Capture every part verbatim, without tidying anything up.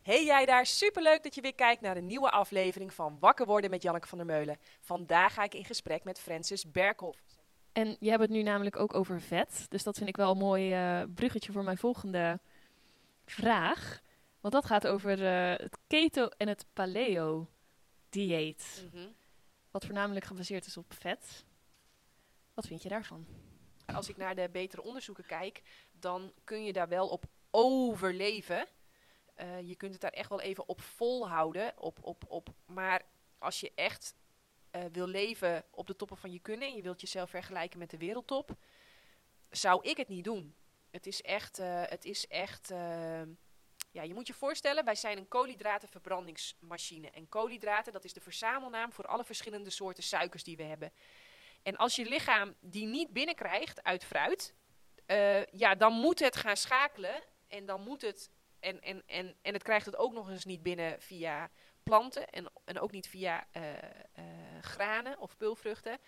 Hey jij daar, superleuk dat je weer kijkt naar een nieuwe aflevering van Wakker worden met Janneke van der Meulen. Vandaag ga ik in gesprek met Francis Berkhoff. En je hebt het nu namelijk ook over vet. Dus dat vind ik wel een mooi uh, bruggetje voor mijn volgende vraag. Want dat gaat over uh, het keto- en het paleo-dieet. Mm-hmm. Wat voornamelijk gebaseerd is op vet. Wat vind je daarvan? Als ik naar de betere onderzoeken kijk, dan kun je daar wel op overleven. Uh, je kunt het daar echt wel even op volhouden. Op, op, op. Maar als je echt uh, wil leven op de toppen van je kunnen en je wilt jezelf vergelijken met de wereldtop, zou ik het niet doen. Het is echt, uh, het is echt, uh, ja, je moet je voorstellen, wij zijn een koolhydratenverbrandingsmachine. En koolhydraten, dat is de verzamelnaam voor alle verschillende soorten suikers die we hebben. En als je lichaam die niet binnenkrijgt uit fruit, uh, ja, dan moet het gaan schakelen en dan moet het En, en, en, en het krijgt het ook nog eens niet binnen via planten en, en ook niet via uh, uh, granen of peulvruchten.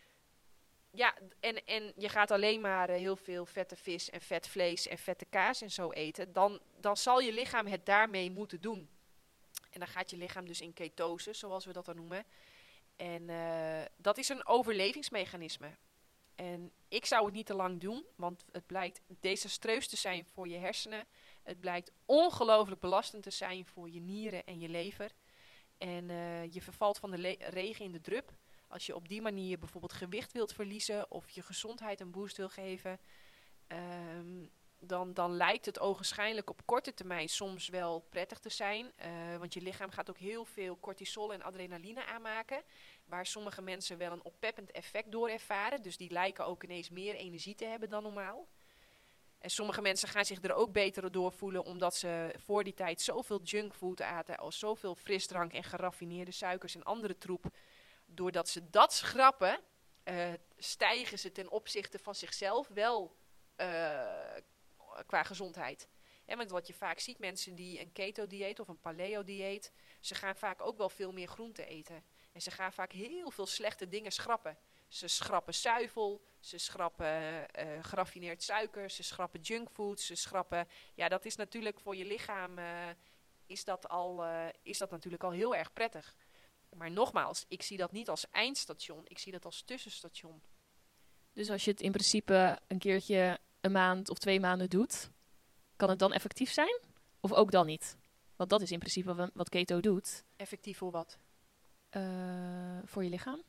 Ja, en, en je gaat alleen maar uh, heel veel vette vis en vet vlees en vette kaas en zo eten. Dan, dan zal je lichaam het daarmee moeten doen. En dan gaat je lichaam dus in ketose, zoals we dat dan noemen. En uh, dat is een overlevingsmechanisme. En ik zou het niet te lang doen, want het blijkt desastreus te zijn voor je hersenen. Het blijkt ongelooflijk belastend te zijn voor je nieren en je lever. En uh, je vervalt van de le- regen in de drup. Als je op die manier bijvoorbeeld gewicht wilt verliezen of je gezondheid een boost wil geven, um, dan, dan lijkt het ogenschijnlijk op korte termijn soms wel prettig te zijn. Uh, want je lichaam gaat ook heel veel cortisol en adrenaline aanmaken, waar sommige mensen wel een oppeppend effect door ervaren. Dus die lijken ook ineens meer energie te hebben dan normaal. En sommige mensen gaan zich er ook beter door voelen, omdat ze voor die tijd zoveel junkfood aten, als zoveel frisdrank en geraffineerde suikers en andere troep. Doordat ze dat schrappen, uh, stijgen ze ten opzichte van zichzelf wel uh, qua gezondheid. En want wat je vaak ziet, mensen die een keto-dieet of een paleo-dieet, ze gaan vaak ook wel veel meer groente eten. En ze gaan vaak heel veel slechte dingen schrappen. Ze schrappen zuivel, ze schrappen uh, geraffineerd suiker, ze schrappen junkfood, ze schrappen... Ja, dat is natuurlijk voor je lichaam, uh, is, dat al, uh, is dat natuurlijk al heel erg prettig. Maar nogmaals, ik zie dat niet als eindstation, ik zie dat als tussenstation. Dus als je het in principe een keertje een maand of twee maanden doet, kan het dan effectief zijn? Of ook dan niet? Want dat is in principe wat keto doet. Effectief voor wat? Uh, voor je lichaam?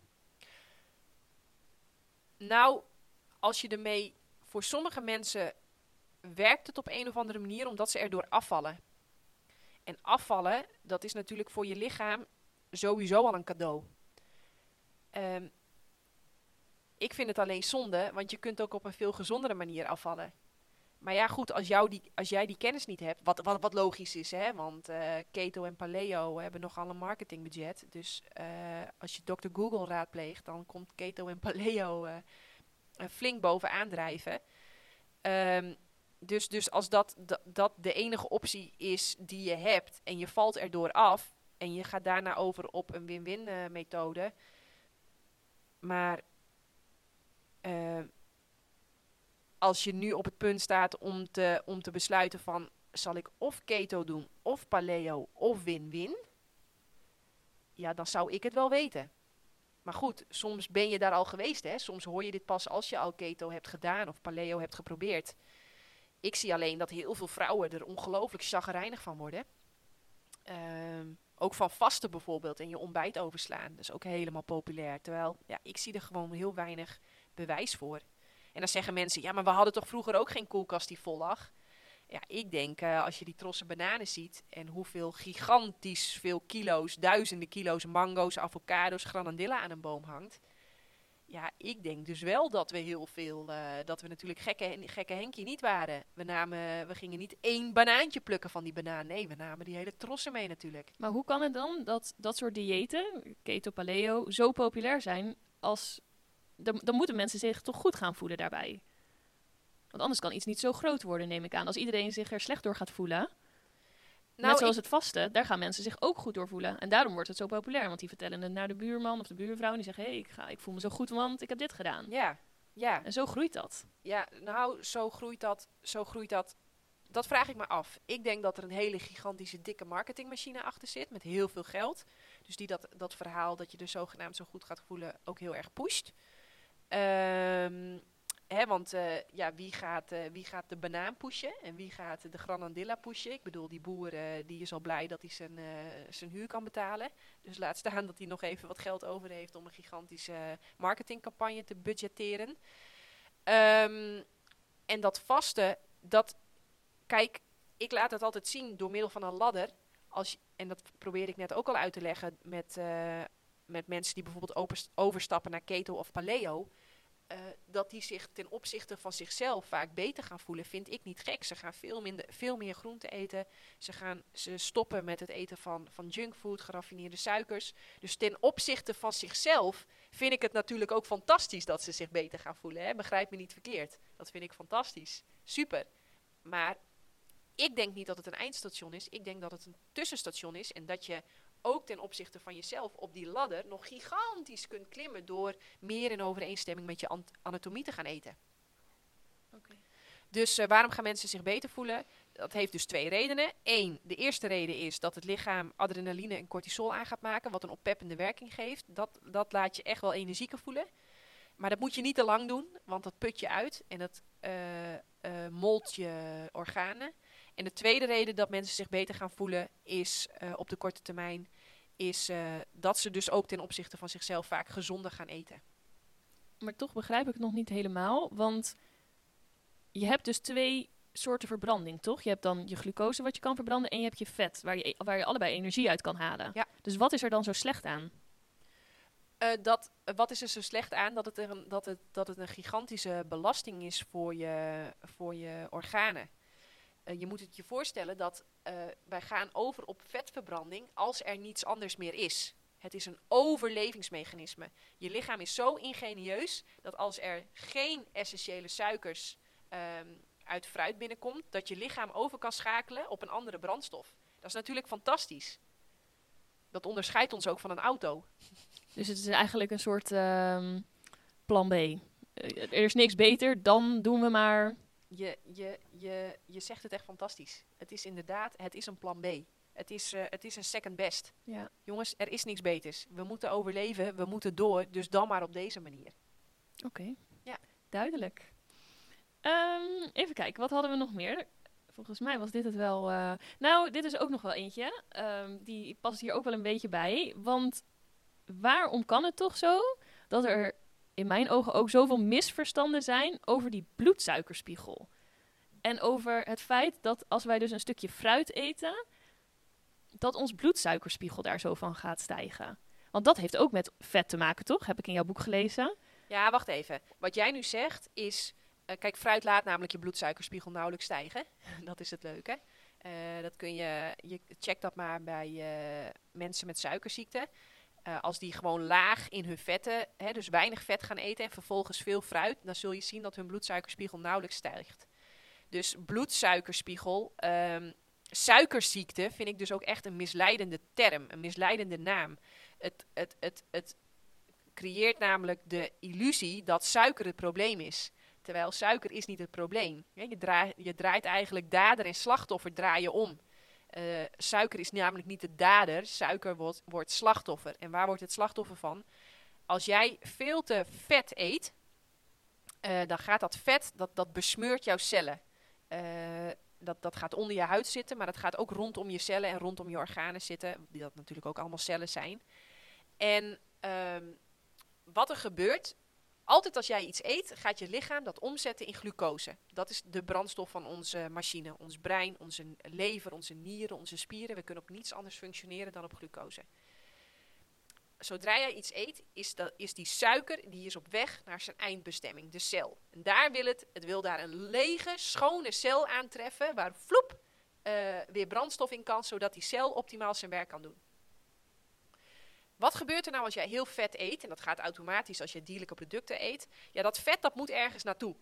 Nou, als je ermee... Voor sommige mensen werkt het op een of andere manier omdat ze erdoor afvallen. En afvallen, dat is natuurlijk voor je lichaam sowieso al een cadeau. Um, ik vind het alleen zonde, want je kunt ook op een veel gezondere manier afvallen. Maar ja, goed, als, jou die, als jij die kennis niet hebt, wat, wat, wat logisch is, hè, want uh, keto en paleo hebben nogal een marketingbudget. Dus uh, als je dokter Google raadpleegt, dan komt keto en paleo uh, uh, flink bovenaan drijven. Um, dus, dus als dat, dat, dat de enige optie is die je hebt en je valt erdoor af en je gaat daarna over op een win-win uh, methode. Maar uh, als je nu op het punt staat om te, om te besluiten van, zal ik of keto doen, of paleo, of win-win? Ja, dan zou ik het wel weten. Maar goed, soms ben je daar al geweest, hè. Soms hoor je dit pas als je al keto hebt gedaan of paleo hebt geprobeerd. Ik zie alleen dat heel veel vrouwen er ongelooflijk chagrijnig van worden. Um, ook van vasten bijvoorbeeld en je ontbijt overslaan. Dat is ook helemaal populair. Terwijl, ja, ik zie er gewoon heel weinig bewijs voor. En dan zeggen mensen, ja, maar we hadden toch vroeger ook geen koelkast die vol lag? Ja, ik denk, uh, als je die trossen bananen ziet en hoeveel gigantisch veel kilo's, duizenden kilo's mango's, avocado's, granadilla aan een boom hangt. Ja, ik denk dus wel dat we heel veel, uh, dat we natuurlijk gekke, gekke Henkie niet waren. We, namen, we gingen niet één banaantje plukken van die banaan. Nee, we namen die hele trossen mee natuurlijk. Maar hoe kan het dan dat dat soort diëten, keto, paleo, zo populair zijn als... Dan, dan moeten mensen zich toch goed gaan voelen daarbij. Want anders kan iets niet zo groot worden, neem ik aan. Als iedereen zich er slecht door gaat voelen... Nou, net zoals ik... het vasten, daar gaan mensen zich ook goed door voelen. En daarom wordt het zo populair. Want die vertellen het naar de buurman of de buurvrouw. En die zeggen, hé, hey, ik, ga, ik voel me zo goed, want ik heb dit gedaan. Ja, ja. En zo groeit dat. Ja, nou, zo groeit dat, zo groeit dat dat vraag ik me af. Ik denk dat er een hele gigantische dikke marketingmachine achter zit met heel veel geld. Dus die dat, dat verhaal dat je er zogenaamd zo goed gaat voelen ook heel erg pusht. Ehm Hè, want uh, ja, wie gaat, uh, wie gaat de banaan pushen en wie gaat de granadilla pushen? Ik bedoel, die boer uh, die is al blij dat hij zijn, uh, zijn huur kan betalen. Dus laat staan dat hij nog even wat geld over heeft om een gigantische marketingcampagne te budgetteren. Um, en dat vaste, dat, kijk, ik laat het altijd zien door middel van een ladder. Als je, en dat probeerde ik net ook al uit te leggen met, uh, met mensen die bijvoorbeeld over, overstappen naar keto of paleo. Uh, dat die zich ten opzichte van zichzelf vaak beter gaan voelen, vind ik niet gek. Ze gaan veel, minder, veel meer groente eten. Ze gaan ze stoppen met het eten van, van junkfood, geraffineerde suikers. Dus ten opzichte van zichzelf vind ik het natuurlijk ook fantastisch dat ze zich beter gaan voelen. Hè? Begrijp me niet verkeerd. Dat vind ik fantastisch. Super. Maar ik denk niet dat het een eindstation is. Ik denk dat het een tussenstation is. En dat je ook ten opzichte van jezelf op die ladder nog gigantisch kunt klimmen door meer in overeenstemming met je an- anatomie te gaan eten. Okay. Dus uh, waarom gaan mensen zich beter voelen? Dat heeft dus twee redenen. Eén, de eerste reden is dat het lichaam adrenaline en cortisol aan gaat maken, wat een oppeppende werking geeft. Dat, dat laat je echt wel energieker voelen. Maar dat moet je niet te lang doen, want dat put je uit en dat uh, uh, molt je organen. En de tweede reden dat mensen zich beter gaan voelen is uh, op de korte termijn, is uh, dat ze dus ook ten opzichte van zichzelf vaak gezonder gaan eten. Maar toch begrijp ik het nog niet helemaal, want je hebt dus twee soorten verbranding, toch? Je hebt dan je glucose wat je kan verbranden en je hebt je vet, waar je, waar je allebei energie uit kan halen. Ja. Dus wat is er dan zo slecht aan? Uh, dat, uh, wat is er zo slecht aan? Dat het, er een, dat, het, dat het een gigantische belasting is voor je, voor je organen. Uh, je moet het je voorstellen dat uh, wij gaan over op vetverbranding als er niets anders meer is. Het is een overlevingsmechanisme. Je lichaam is zo ingenieus dat als er geen essentiële suikers um, uit fruit binnenkomt, dat je lichaam over kan schakelen op een andere brandstof. Dat is natuurlijk fantastisch. Dat onderscheidt ons ook van een auto. Dus het is eigenlijk een soort uh, plan B. Uh, er is niks beter, dan doen we maar... Je, je, je, je zegt het echt fantastisch. Het is inderdaad, het is een plan B. Het is, uh, het is een second best. Ja. Jongens, er is niks beters. We moeten overleven, we moeten door, dus dan maar op deze manier. Oké, okay. Ja. Duidelijk. Um, even kijken, wat hadden we nog meer? Volgens mij was dit het wel... Uh... Nou, dit is ook nog wel eentje. Um, die past hier ook wel een beetje bij. Want waarom kan het toch zo dat er in mijn ogen ook zoveel misverstanden zijn over die bloedsuikerspiegel? En over het feit dat als wij dus een stukje fruit eten, dat ons bloedsuikerspiegel daar zo van gaat stijgen. Want dat heeft ook met vet te maken, toch? Heb ik in jouw boek gelezen. Ja, wacht even. Wat jij nu zegt is... Uh, kijk, fruit laat namelijk je bloedsuikerspiegel nauwelijks stijgen. Dat is het leuke. Uh, dat kun je... Je check dat maar bij uh, mensen met suikerziekte. Uh, als die gewoon laag in hun vetten, hè, dus weinig vet gaan eten en vervolgens veel fruit, dan zul je zien dat hun bloedsuikerspiegel nauwelijks stijgt. Dus bloedsuikerspiegel, um, suikerziekte vind ik dus ook echt een misleidende term, een misleidende naam. Het, het, het, het creëert namelijk de illusie dat suiker het probleem is. Terwijl suiker is niet het probleem. Ja, je, draai, je draait eigenlijk dader en slachtoffer draai je om. Uh, suiker is namelijk niet de dader, suiker wordt, wordt slachtoffer. En waar wordt het slachtoffer van? Als jij veel te vet eet, uh, dan gaat dat vet, dat, dat besmeurt jouw cellen. Uh, dat, dat gaat onder je huid zitten, maar dat gaat ook rondom je cellen en rondom je organen zitten. Die dat natuurlijk ook allemaal cellen zijn. En um, wat er gebeurt, altijd als jij iets eet, gaat je lichaam dat omzetten in glucose. Dat is de brandstof van onze machine. Ons brein, onze lever, onze nieren, onze spieren. We kunnen op niets anders functioneren dan op glucose. Zodra jij iets eet, is, dat, is die suiker die is op weg naar zijn eindbestemming, de cel. En daar wil het, het wil daar een lege, schone cel aantreffen, waar vloep, uh, weer brandstof in kan, zodat die cel optimaal zijn werk kan doen. Wat gebeurt er nou als jij heel vet eet? En dat gaat automatisch als je dierlijke producten eet. Ja, dat vet dat moet ergens naartoe.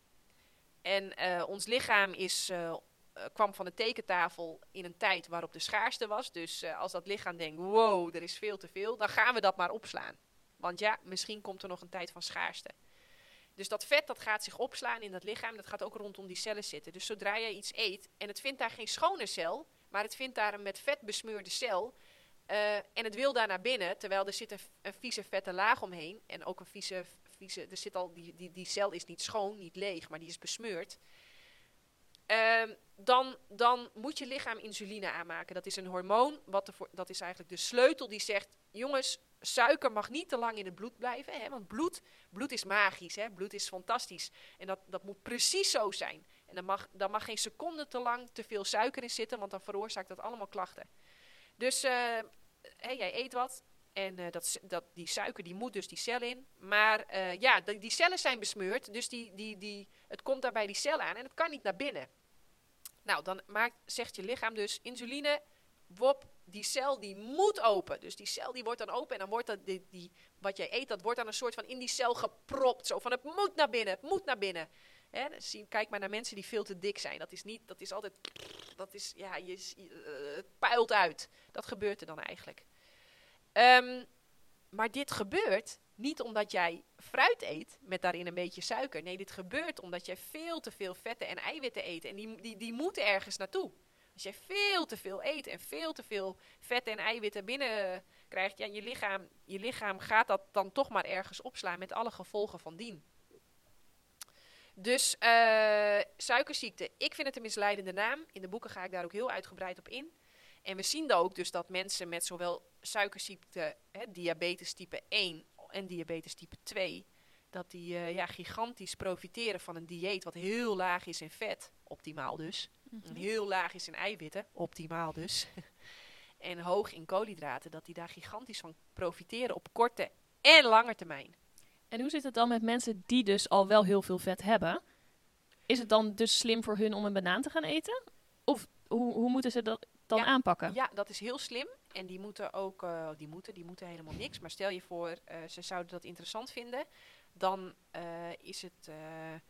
En uh, ons lichaam is, uh, kwam van de tekentafel in een tijd waarop de schaarste was. Dus uh, als dat lichaam denkt, wow, er is veel te veel, dan gaan we dat maar opslaan. Want ja, misschien komt er nog een tijd van schaarste. Dus dat vet dat gaat zich opslaan in dat lichaam, dat gaat ook rondom die cellen zitten. Dus zodra jij iets eet en het vindt daar geen schone cel, maar het vindt daar een met vet besmeurde cel, uh, en het wil daar naar binnen, terwijl er zit een, een vieze vette laag omheen en ook een vieze, vieze er zit al, die, die, die cel is niet schoon, niet leeg, maar die is besmeurd. Uh, dan, dan moet je lichaam insuline aanmaken. Dat is een hormoon, wat ervoor, dat is eigenlijk de sleutel die zegt, jongens, suiker mag niet te lang in het bloed blijven. Hè, want bloed, bloed is magisch, hè, bloed is fantastisch. En dat, dat moet precies zo zijn. En dan mag, dan mag geen seconde te lang te veel suiker in zitten, want dan veroorzaakt dat allemaal klachten. Dus uh, hey, jij eet wat en uh, dat, dat, die suiker die moet dus die cel in. Maar uh, ja, die, die cellen zijn besmeurd, dus die, die, die, het komt daar bij die cel aan en het kan niet naar binnen. Nou, dan maakt, zegt je lichaam dus, insuline, wop, die cel die moet open. Dus die cel die wordt dan open en dan wordt dat, die, die, wat jij eet, dat wordt dan een soort van in die cel gepropt. Zo van, het moet naar binnen, het moet naar binnen. Hè, dus zie, kijk maar naar mensen die veel te dik zijn. Dat is niet, dat is altijd, dat is, ja, je, uh, het puilt uit. Dat gebeurt er dan eigenlijk. Um, maar dit gebeurt niet omdat jij fruit eet met daarin een beetje suiker. Nee, dit gebeurt omdat jij veel te veel vetten en eiwitten eet. En die, die, die moeten ergens naartoe. Als jij veel te veel eet en veel te veel vetten en eiwitten binnen krijgt, ja, je lichaam, je lichaam gaat dat dan toch maar ergens opslaan met alle gevolgen van dien. Dus uh, suikerziekte, ik vind het een misleidende naam. In de boeken ga ik daar ook heel uitgebreid op in. En we zien ook dus dat mensen met zowel suikerziekte, hè, diabetes type één en diabetes type twee, dat die uh, ja, gigantisch profiteren van een dieet wat heel laag is in vet, optimaal dus. Mm-hmm. Heel laag is in eiwitten, optimaal dus. En hoog in koolhydraten, dat die daar gigantisch van profiteren op korte en lange termijn. En hoe zit het dan met mensen die dus al wel heel veel vet hebben? Is het dan dus slim voor hun om een banaan te gaan eten? Of hoe, hoe moeten ze dat dan ja, aanpakken? Ja, dat is heel slim. En die moeten ook, uh, die moeten, die moeten helemaal niks. Maar stel je voor, uh, ze zouden dat interessant vinden. Dan uh, is het, uh,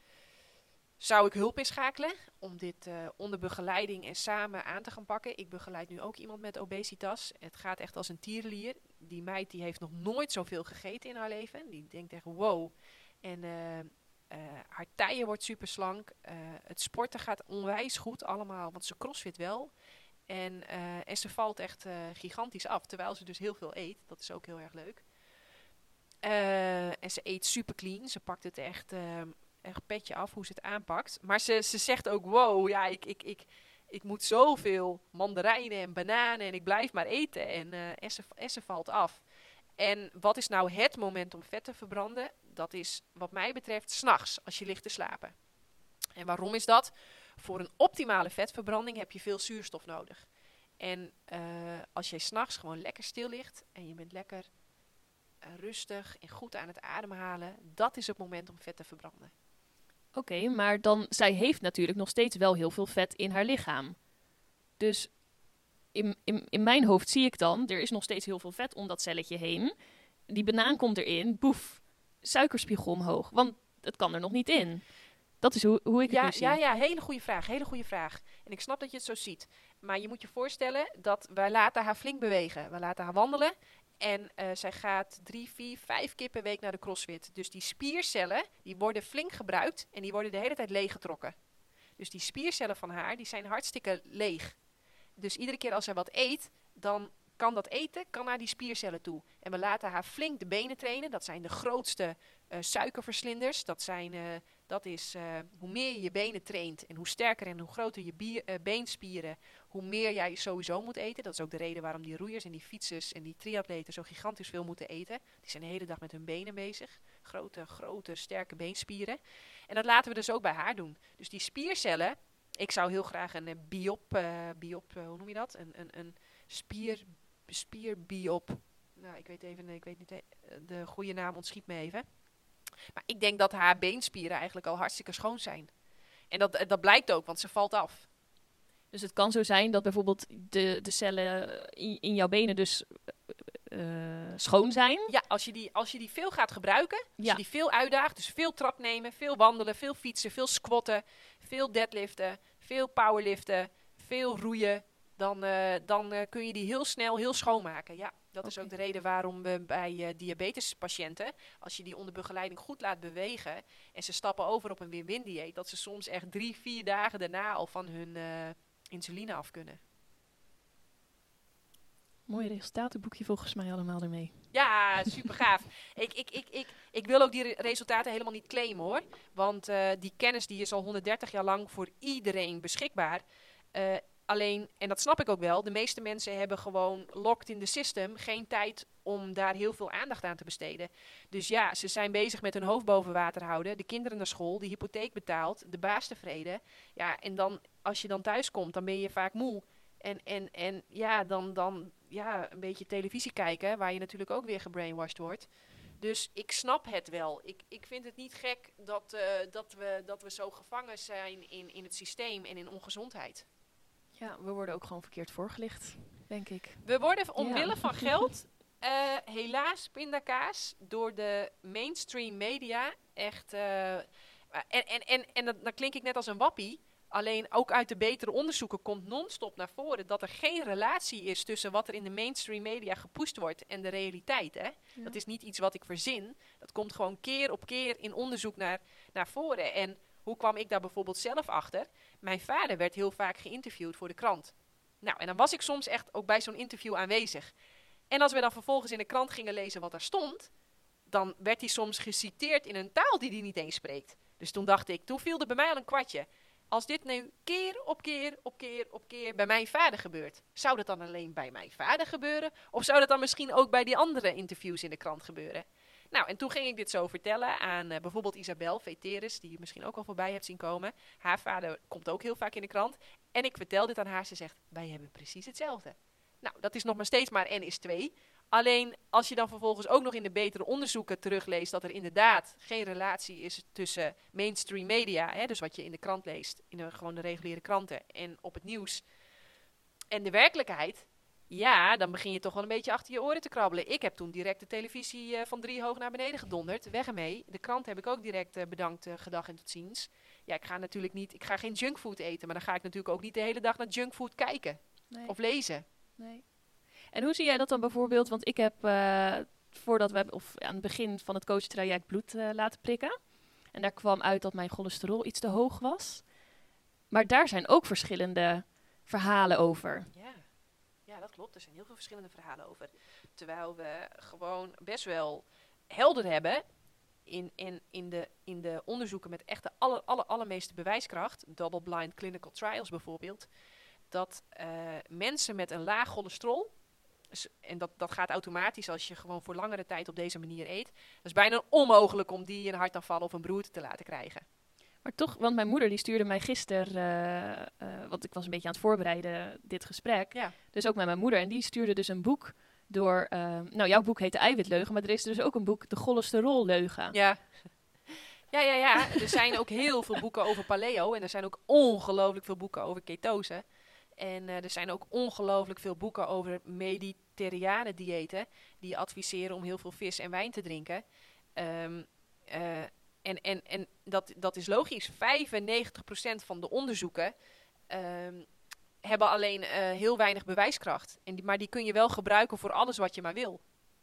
zou ik hulp inschakelen om dit uh, onder begeleiding en samen aan te gaan pakken. Ik begeleid nu ook iemand met obesitas. Het gaat echt als een tierenlier. Die meid die heeft nog nooit zoveel gegeten in haar leven. Die denkt echt wow. En uh, uh, haar taille wordt super slank. Uh, het sporten gaat onwijs goed allemaal, want ze crossfit wel. En, uh, en ze valt echt uh, gigantisch af, terwijl ze dus heel veel eet. Dat is ook heel erg leuk. Uh, en ze eet super clean. Ze pakt het echt, uh, echt petje af hoe ze het aanpakt. Maar ze, ze zegt ook, wow, ja, ik, ik, ik, ik moet zoveel mandarijnen en bananen en ik blijf maar eten. En, uh, en, ze, en ze valt af. En wat is nou het moment om vet te verbranden? Dat is wat mij betreft 's nachts, als je ligt te slapen. En waarom is dat? Voor een optimale vetverbranding heb je veel zuurstof nodig. En uh, als jij 's nachts gewoon lekker stil ligt en je bent lekker uh, rustig en goed aan het ademhalen, dat is het moment om vet te verbranden. Oké, okay, maar dan, zij heeft natuurlijk nog steeds wel heel veel vet in haar lichaam. Dus in, in, in mijn hoofd zie ik dan, er is nog steeds heel veel vet om dat celletje heen. Die banaan komt erin, boef, suikerspiegel omhoog, want het kan er nog niet in. Dat is hoe, hoe ik ja, het nu zie. Ja, ja, hele goede vraag, hele goede vraag. En ik snap dat je het zo ziet. Maar je moet je voorstellen dat wij laten haar flink bewegen. We laten haar wandelen. En uh, zij gaat drie, vier, vijf keer per week naar de crossfit. Dus die spiercellen, die worden flink gebruikt. En die worden de hele tijd leeggetrokken. Dus die spiercellen van haar, die zijn hartstikke leeg. Dus iedere keer als zij wat eet, dan kan dat eten kan naar die spiercellen toe. En we laten haar flink de benen trainen. Dat zijn de grootste uh, suikerverslinders. Dat zijn... Uh, Dat is uh, hoe meer je je benen traint en hoe sterker en hoe groter je bier, uh, beenspieren, hoe meer jij sowieso moet eten. Dat is ook de reden waarom die roeiers en die fietsers en die triatleten zo gigantisch veel moeten eten. Die zijn de hele dag met hun benen bezig. Grote, grote, sterke beenspieren. En dat laten we dus ook bij haar doen. Dus die spiercellen, ik zou heel graag een uh, biop, uh, biop uh, hoe noem je dat? Een, een, een spier, spierbiop. Nou, ik weet even, ik weet niet, uh, de goede naam ontschiet me even. Maar ik denk dat haar beenspieren eigenlijk al hartstikke schoon zijn. En dat, dat blijkt ook, want ze valt af. Dus het kan zo zijn dat bijvoorbeeld de, de cellen in, in jouw benen dus uh, schoon zijn. Ja, als je, die, als je die veel gaat gebruiken, als ja. je die veel uitdaagt, dus veel trap nemen, veel wandelen, veel fietsen, veel squatten, veel deadliften, veel powerliften, veel roeien, dan, uh, dan uh, kun je die heel snel heel schoonmaken. Ja, dat Okay. is ook de reden waarom we bij uh, diabetespatiënten, als je die onder begeleiding goed laat bewegen en ze stappen over op een win-win dieet, dat ze soms echt drie, vier dagen daarna al van hun uh, insuline af kunnen. Mooi resultatenboekje volgens mij allemaal ermee. Ja, super gaaf. ik, ik, ik, ik, ik wil ook die re- resultaten helemaal niet claimen hoor. Want uh, die kennis die is al honderddertig jaar lang voor iedereen beschikbaar. Uh, alleen, en dat snap ik ook wel, de meeste mensen hebben gewoon locked in the system geen tijd om daar heel veel aandacht aan te besteden. Dus ja, ze zijn bezig met hun hoofd boven water houden, de kinderen naar school, de hypotheek betaald, de baas tevreden. Ja, en dan, als je dan thuis komt, dan ben je vaak moe. En, en, en ja, dan, dan ja, een beetje televisie kijken, waar je natuurlijk ook weer gebrainwashed wordt. Dus ik snap het wel. Ik, ik vind het niet gek dat, uh, dat, we, dat we zo gevangen zijn in, in het systeem en in ongezondheid. Ja, we worden ook gewoon verkeerd voorgelicht, denk ik. We worden omwille ja. van geld, uh, helaas pindakaas, door de mainstream media echt... Uh, en en, en, en dan, dan klink ik net als een wappie. Alleen ook uit de betere onderzoeken komt non-stop naar voren dat er geen relatie is tussen wat er in de mainstream media gepusht wordt en de realiteit. Hè? Ja. Dat is niet iets wat ik verzin. Dat komt gewoon keer op keer in onderzoek naar, naar voren. En hoe kwam ik daar bijvoorbeeld zelf achter? Mijn vader werd heel vaak geïnterviewd voor de krant. Nou, en dan was ik soms echt ook bij zo'n interview aanwezig. En als we dan vervolgens in de krant gingen lezen wat daar stond, dan werd hij soms geciteerd in een taal die hij niet eens spreekt. Dus toen dacht ik, toen viel er bij mij al een kwartje. Als dit nu keer op keer op keer op keer bij mijn vader gebeurt, zou dat dan alleen bij mijn vader gebeuren? Of zou dat dan misschien ook bij die andere interviews in de krant gebeuren? Nou, en toen ging ik dit zo vertellen aan uh, bijvoorbeeld Isabel Veteris, die je misschien ook al voorbij hebt zien komen. Haar vader komt ook heel vaak in de krant. En ik vertel dit aan haar, ze zegt, wij hebben precies hetzelfde. Nou, dat is nog maar steeds maar N is twee. Alleen als je dan vervolgens ook nog in de betere onderzoeken terugleest dat er inderdaad geen relatie is tussen mainstream media, hè, dus wat je in de krant leest, in de, gewoon de reguliere kranten en op het nieuws, en de werkelijkheid, ja, dan begin je toch wel een beetje achter je oren te krabbelen. Ik heb toen direct de televisie uh, van drie hoog naar beneden gedonderd, weg ermee. De krant heb ik ook direct uh, bedankt, uh, gedag en tot ziens. Ja, ik ga natuurlijk niet, ik ga geen junkfood eten, maar dan ga ik natuurlijk ook niet de hele dag naar junkfood kijken Nee. of lezen. Nee. En hoe zie jij dat dan bijvoorbeeld? Want ik heb, uh, voordat we, of aan het begin van het coachtraject bloed uh, laten prikken. En daar kwam uit dat mijn cholesterol iets te hoog was. Maar daar zijn ook verschillende verhalen over. Ja, ja, dat klopt. Er zijn heel veel verschillende verhalen over. Terwijl we gewoon best wel helder hebben in, in, in, de, in de onderzoeken met echt de aller, aller, allermeeste bewijskracht, double-blind clinical trials bijvoorbeeld, dat uh, mensen met een laag cholesterol, en dat, dat gaat automatisch als je gewoon voor langere tijd op deze manier eet. Dat is bijna onmogelijk om die een hartaanval of een beroerte te laten krijgen. Maar toch, want mijn moeder die stuurde mij gisteren, uh, uh, want ik was een beetje aan het voorbereiden dit gesprek. Ja. Dus ook met mijn moeder. En die stuurde dus een boek door, uh, nou jouw boek heet De Eiwitleugen, maar er is dus ook een boek, De Cholesterolleugen. Ja. Ja, ja, ja. Er zijn ook heel veel boeken over paleo en er zijn ook ongelooflijk veel boeken over ketose. En uh, er zijn ook ongelooflijk veel boeken over mediterrane diëten die adviseren om heel veel vis en wijn te drinken. Um, uh, en en, en dat, dat is logisch. vijfennegentig procent van de onderzoeken um, hebben alleen uh, heel weinig bewijskracht. En die, maar die kun je wel gebruiken voor alles wat je maar wil.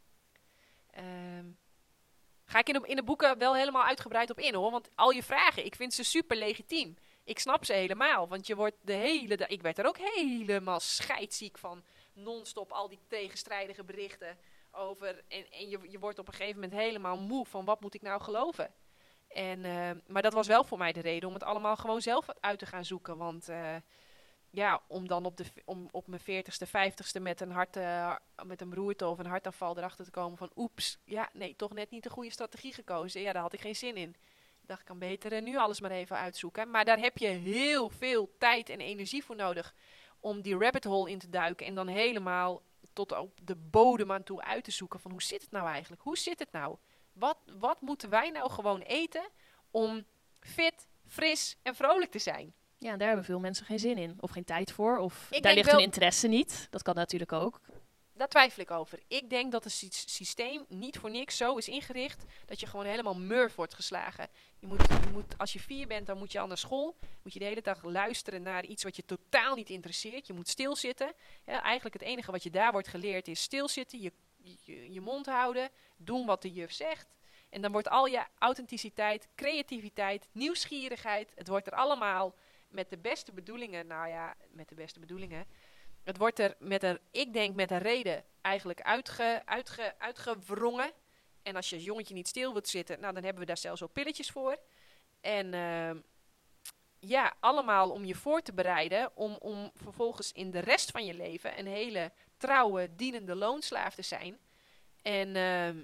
Um, ga ik in de, in de boeken wel helemaal uitgebreid op in hoor. Want al je vragen, ik vind ze super legitiem. Ik snap ze helemaal, want je wordt de hele dag... Ik werd er ook helemaal scheidsziek van. Non-stop al die tegenstrijdige berichten over... En, en je, je wordt op een gegeven moment helemaal moe van wat moet ik nou geloven. En, uh, maar dat was wel voor mij de reden om het allemaal gewoon zelf uit te gaan zoeken. Want uh, ja, om dan op, de, om op mijn veertigste, vijftigste met een, hart, uh, met een beroerte of een hartaanval erachter te komen van... Oeps, ja, nee, toch net niet de goede strategie gekozen. Ja, daar had ik geen zin in. Ik dacht, ik kan beter uh, nu alles maar even uitzoeken. Maar daar heb je heel veel tijd en energie voor nodig om die rabbit hole in te duiken. En dan helemaal tot op de bodem aan toe uit te zoeken van hoe zit het nou eigenlijk? Hoe zit het nou? Wat, wat moeten wij nou gewoon eten om fit, fris en vrolijk te zijn? Ja, en daar hebben veel mensen geen zin in. Of geen tijd voor. Of ik daar ligt wel... hun interesse niet. Dat kan natuurlijk ook. Daar twijfel ik over. Ik denk dat het sy- systeem niet voor niks zo is ingericht dat je gewoon helemaal murf wordt geslagen. Je moet, je moet, als je vier bent, dan moet je al naar school. Moet je de hele dag luisteren naar iets wat je totaal niet interesseert. Je moet stilzitten. Ja, eigenlijk het enige wat je daar wordt geleerd is stilzitten, je, je, je mond houden, doen wat de juf zegt. En dan wordt al je authenticiteit, creativiteit, nieuwsgierigheid, het wordt er allemaal met de beste bedoelingen, nou ja, met de beste bedoelingen. Het wordt er met een, ik denk met een reden, eigenlijk uitge, uitge, uitgewrongen. En als je als jongetje niet stil wilt zitten, nou dan hebben we daar zelfs ook pilletjes voor. En uh, ja, allemaal om je voor te bereiden om, om vervolgens in de rest van je leven een hele trouwe, dienende loonslaaf te zijn. En uh,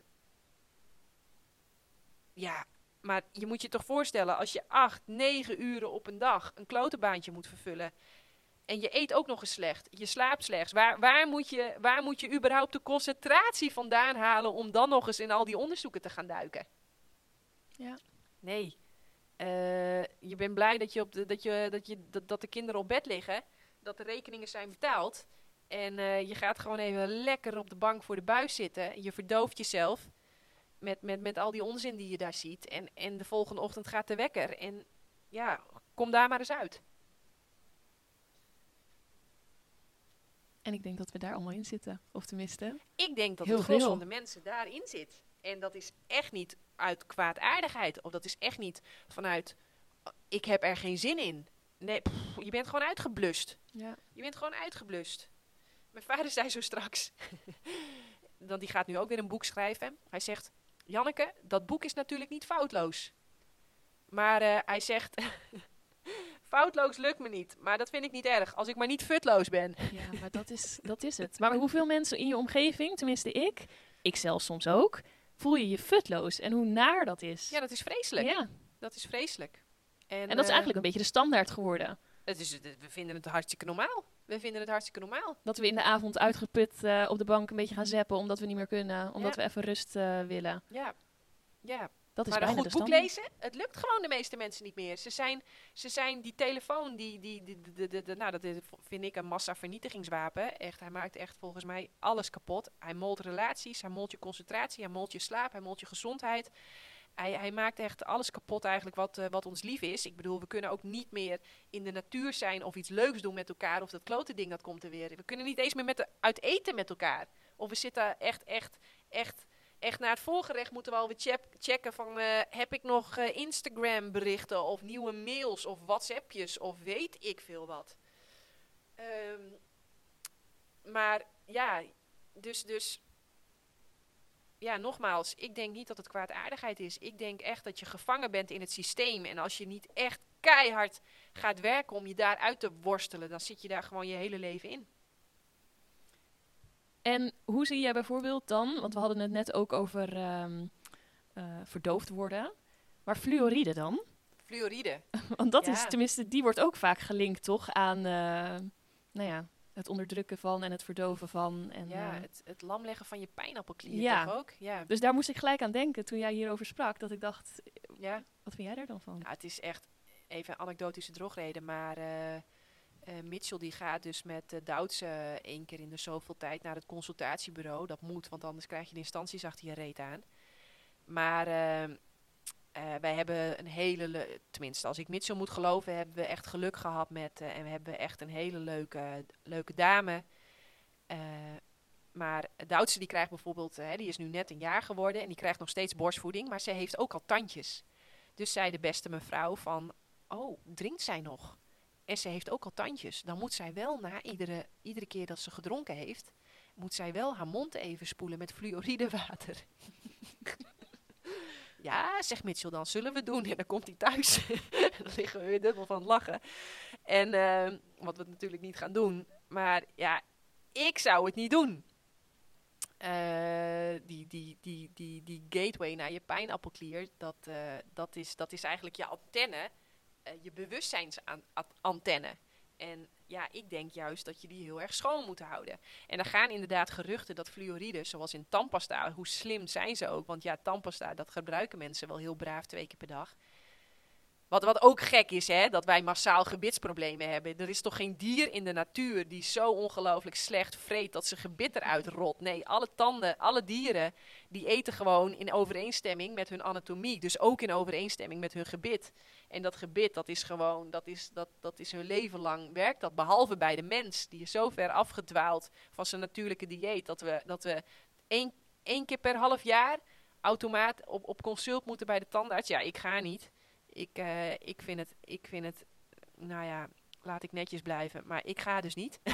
ja, maar je moet je toch voorstellen, als je acht, negen uren op een dag een klotenbaantje moet vervullen. En je eet ook nog eens slecht. Je slaapt slechts. Waar, waar, moet je, waar moet je überhaupt de concentratie vandaan halen om dan nog eens in al die onderzoeken te gaan duiken? Ja. Nee. Uh, je bent blij dat, je op de, dat, je, dat, je, dat, dat de kinderen op bed liggen. Dat de rekeningen zijn betaald. En uh, je gaat gewoon even lekker op de bank voor de buis zitten. Je verdooft jezelf met, met, met al die onzin die je daar ziet. En, en de volgende ochtend gaat de wekker. En ja, kom daar maar eens uit. En ik denk dat we daar allemaal in zitten. Of tenminste, ik denk dat heel het gros veel van de mensen daarin zit. En dat is echt niet uit kwaadaardigheid. Of dat is echt niet vanuit, ik heb er geen zin in. Nee, pff, je bent gewoon uitgeblust. Ja. Je bent gewoon uitgeblust. Mijn vader zei zo straks, dan die gaat nu ook weer een boek schrijven. Hij zegt, Janneke, dat boek is natuurlijk niet foutloos. Maar uh, hij zegt, foutloos lukt me niet. Maar dat vind ik niet erg, als ik maar niet futloos ben. Ja, maar dat is, dat is het. Maar hoeveel mensen in je omgeving, tenminste ik, ik zelf soms ook, voel je je futloos. En hoe naar dat is. Ja, dat is vreselijk. Ja. Dat is vreselijk. En, en dat is eigenlijk een beetje de standaard geworden. Het is, we vinden het hartstikke normaal. We vinden het hartstikke normaal. Dat we in de avond uitgeput uh, op de bank een beetje gaan zappen, omdat we niet meer kunnen. Omdat ja. we even rust uh, willen. Ja, ja. Dat is maar bijna een goed de boek standaard. lezen, het lukt gewoon de meeste mensen niet meer. Ze zijn, ze zijn die telefoon, die, die, die, die, die, die, die, nou dat is, vind ik een massavernietigingswapen. Echt, hij maakt echt volgens mij alles kapot. Hij molt relaties, hij molt je concentratie, hij molt je slaap, hij molt je gezondheid. Hij, hij maakt echt alles kapot eigenlijk wat, uh, wat ons lief is. Ik bedoel, we kunnen ook niet meer in de natuur zijn of iets leuks doen met elkaar. Of dat klote ding, dat komt er weer. We kunnen niet eens meer met de, uit eten met elkaar. Of we zitten echt, echt, echt... Echt naar het voorgerecht moeten we alweer check, checken van... Uh, heb ik nog uh, Instagram berichten of nieuwe mails of WhatsAppjes of weet ik veel wat. Um, maar ja, dus, dus... Ja, nogmaals, ik denk niet dat het kwaadaardigheid is. Ik denk echt dat je gevangen bent in het systeem. En als je niet echt keihard gaat werken om je daaruit te worstelen... dan zit je daar gewoon je hele leven in. En hoe zie jij bijvoorbeeld dan, want we hadden het net ook over um, uh, verdoofd worden, maar fluoride dan? Fluoride. Want dat ja. is, tenminste, die wordt ook vaak gelinkt toch aan, uh, nou ja, het onderdrukken van en het verdoven van. En, ja, uh, het, het lamleggen van je pijnappelklier ja. toch ook? Ja. Dus daar moest ik gelijk aan denken toen jij hierover sprak, dat ik dacht, ja. wat vind jij daar dan van? Ja, het is echt even een anekdotische drogreden, maar... Uh, Uh, Mitchell die gaat dus met uh, Duitse uh, één keer in de zoveel tijd naar het consultatiebureau. Dat moet, want anders krijg je de instanties achter je reet aan. Maar uh, uh, wij hebben een hele, le- tenminste als ik Mitchell moet geloven, hebben we echt geluk gehad met, uh, en we hebben echt een hele leuke, leuke dame. Uh, maar Duitse die krijgt bijvoorbeeld, uh, die is nu net een jaar geworden en die krijgt nog steeds borstvoeding, maar ze heeft ook al tandjes. Dus zei de beste mevrouw van, oh, drinkt zij nog? En ze heeft ook al tandjes. Dan moet zij wel na iedere, iedere keer dat ze gedronken heeft... moet zij wel haar mond even spoelen met fluoridewater. Ja, zegt Mitchell, dan zullen we doen. En dan komt hij thuis. Dan liggen we weer dubbel van het lachen. En uh, wat we natuurlijk niet gaan doen. Maar ja, ik zou het niet doen. Uh, die, die, die, die, die gateway naar je pijnappelklier... dat, uh, dat, is, dat is eigenlijk je antenne... Uh, je bewustzijnsantenne. En ja, ik denk juist dat je die heel erg schoon moet houden. En er gaan inderdaad geruchten dat fluoride, zoals in tandpasta, hoe slim zijn ze ook? Want ja, tandpasta, dat gebruiken mensen wel heel braaf twee keer per dag. Wat, wat ook gek is, hè, dat wij massaal gebitsproblemen hebben. Er is toch geen dier in de natuur die zo ongelooflijk slecht vreet dat zijn gebit eruit rot. Nee, alle tanden, alle dieren, die eten gewoon in overeenstemming met hun anatomie. Dus ook in overeenstemming met hun gebit. En dat gebit, dat is gewoon, dat is, dat, dat is hun leven lang werkt dat. Behalve bij de mens, die is zo ver afgedwaald van zijn natuurlijke dieet, dat we, dat we één, één keer per half jaar automaat op, op consult moeten bij de tandarts. Ja, ik ga niet. Ik, uh, ik, vind het, ik vind het, nou ja, laat ik netjes blijven. Maar ik ga dus niet.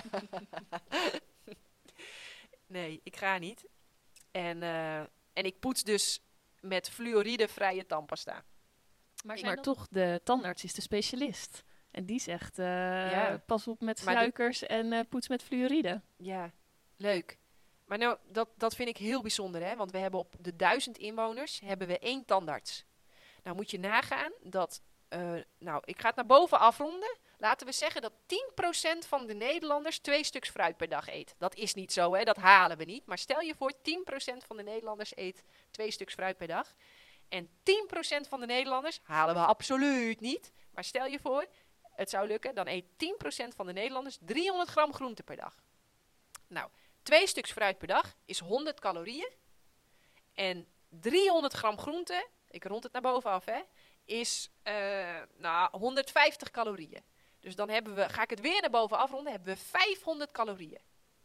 Nee, ik ga niet. En, uh, en ik poets dus met fluoridevrije tandpasta. Maar, maar dan... toch, de tandarts is de specialist. En die zegt, uh, ja. pas op met suikers de... en uh, poets met fluoride. Ja, leuk. Maar nou, dat, dat vind ik heel bijzonder, hè. Want we hebben op de duizend inwoners hebben we één tandarts. Nou moet je nagaan dat, uh, nou ik ga het naar boven afronden. Laten we zeggen dat tien procent van de Nederlanders twee stuks fruit per dag eet. Dat is niet zo, hè? Dat halen we niet. Maar stel je voor, tien procent van de Nederlanders eet twee stuks fruit per dag. En tien procent van de Nederlanders halen we absoluut niet. Maar stel je voor, het zou lukken, dan eet tien procent van de Nederlanders driehonderd gram groente per dag. Nou, twee stuks fruit per dag is honderd calorieën. En driehonderd gram groente, ik rond het naar boven af, hè, is uh, nou, honderdvijftig calorieën. Dus dan hebben we, ga ik het weer naar boven afronden, hebben we vijfhonderd calorieën.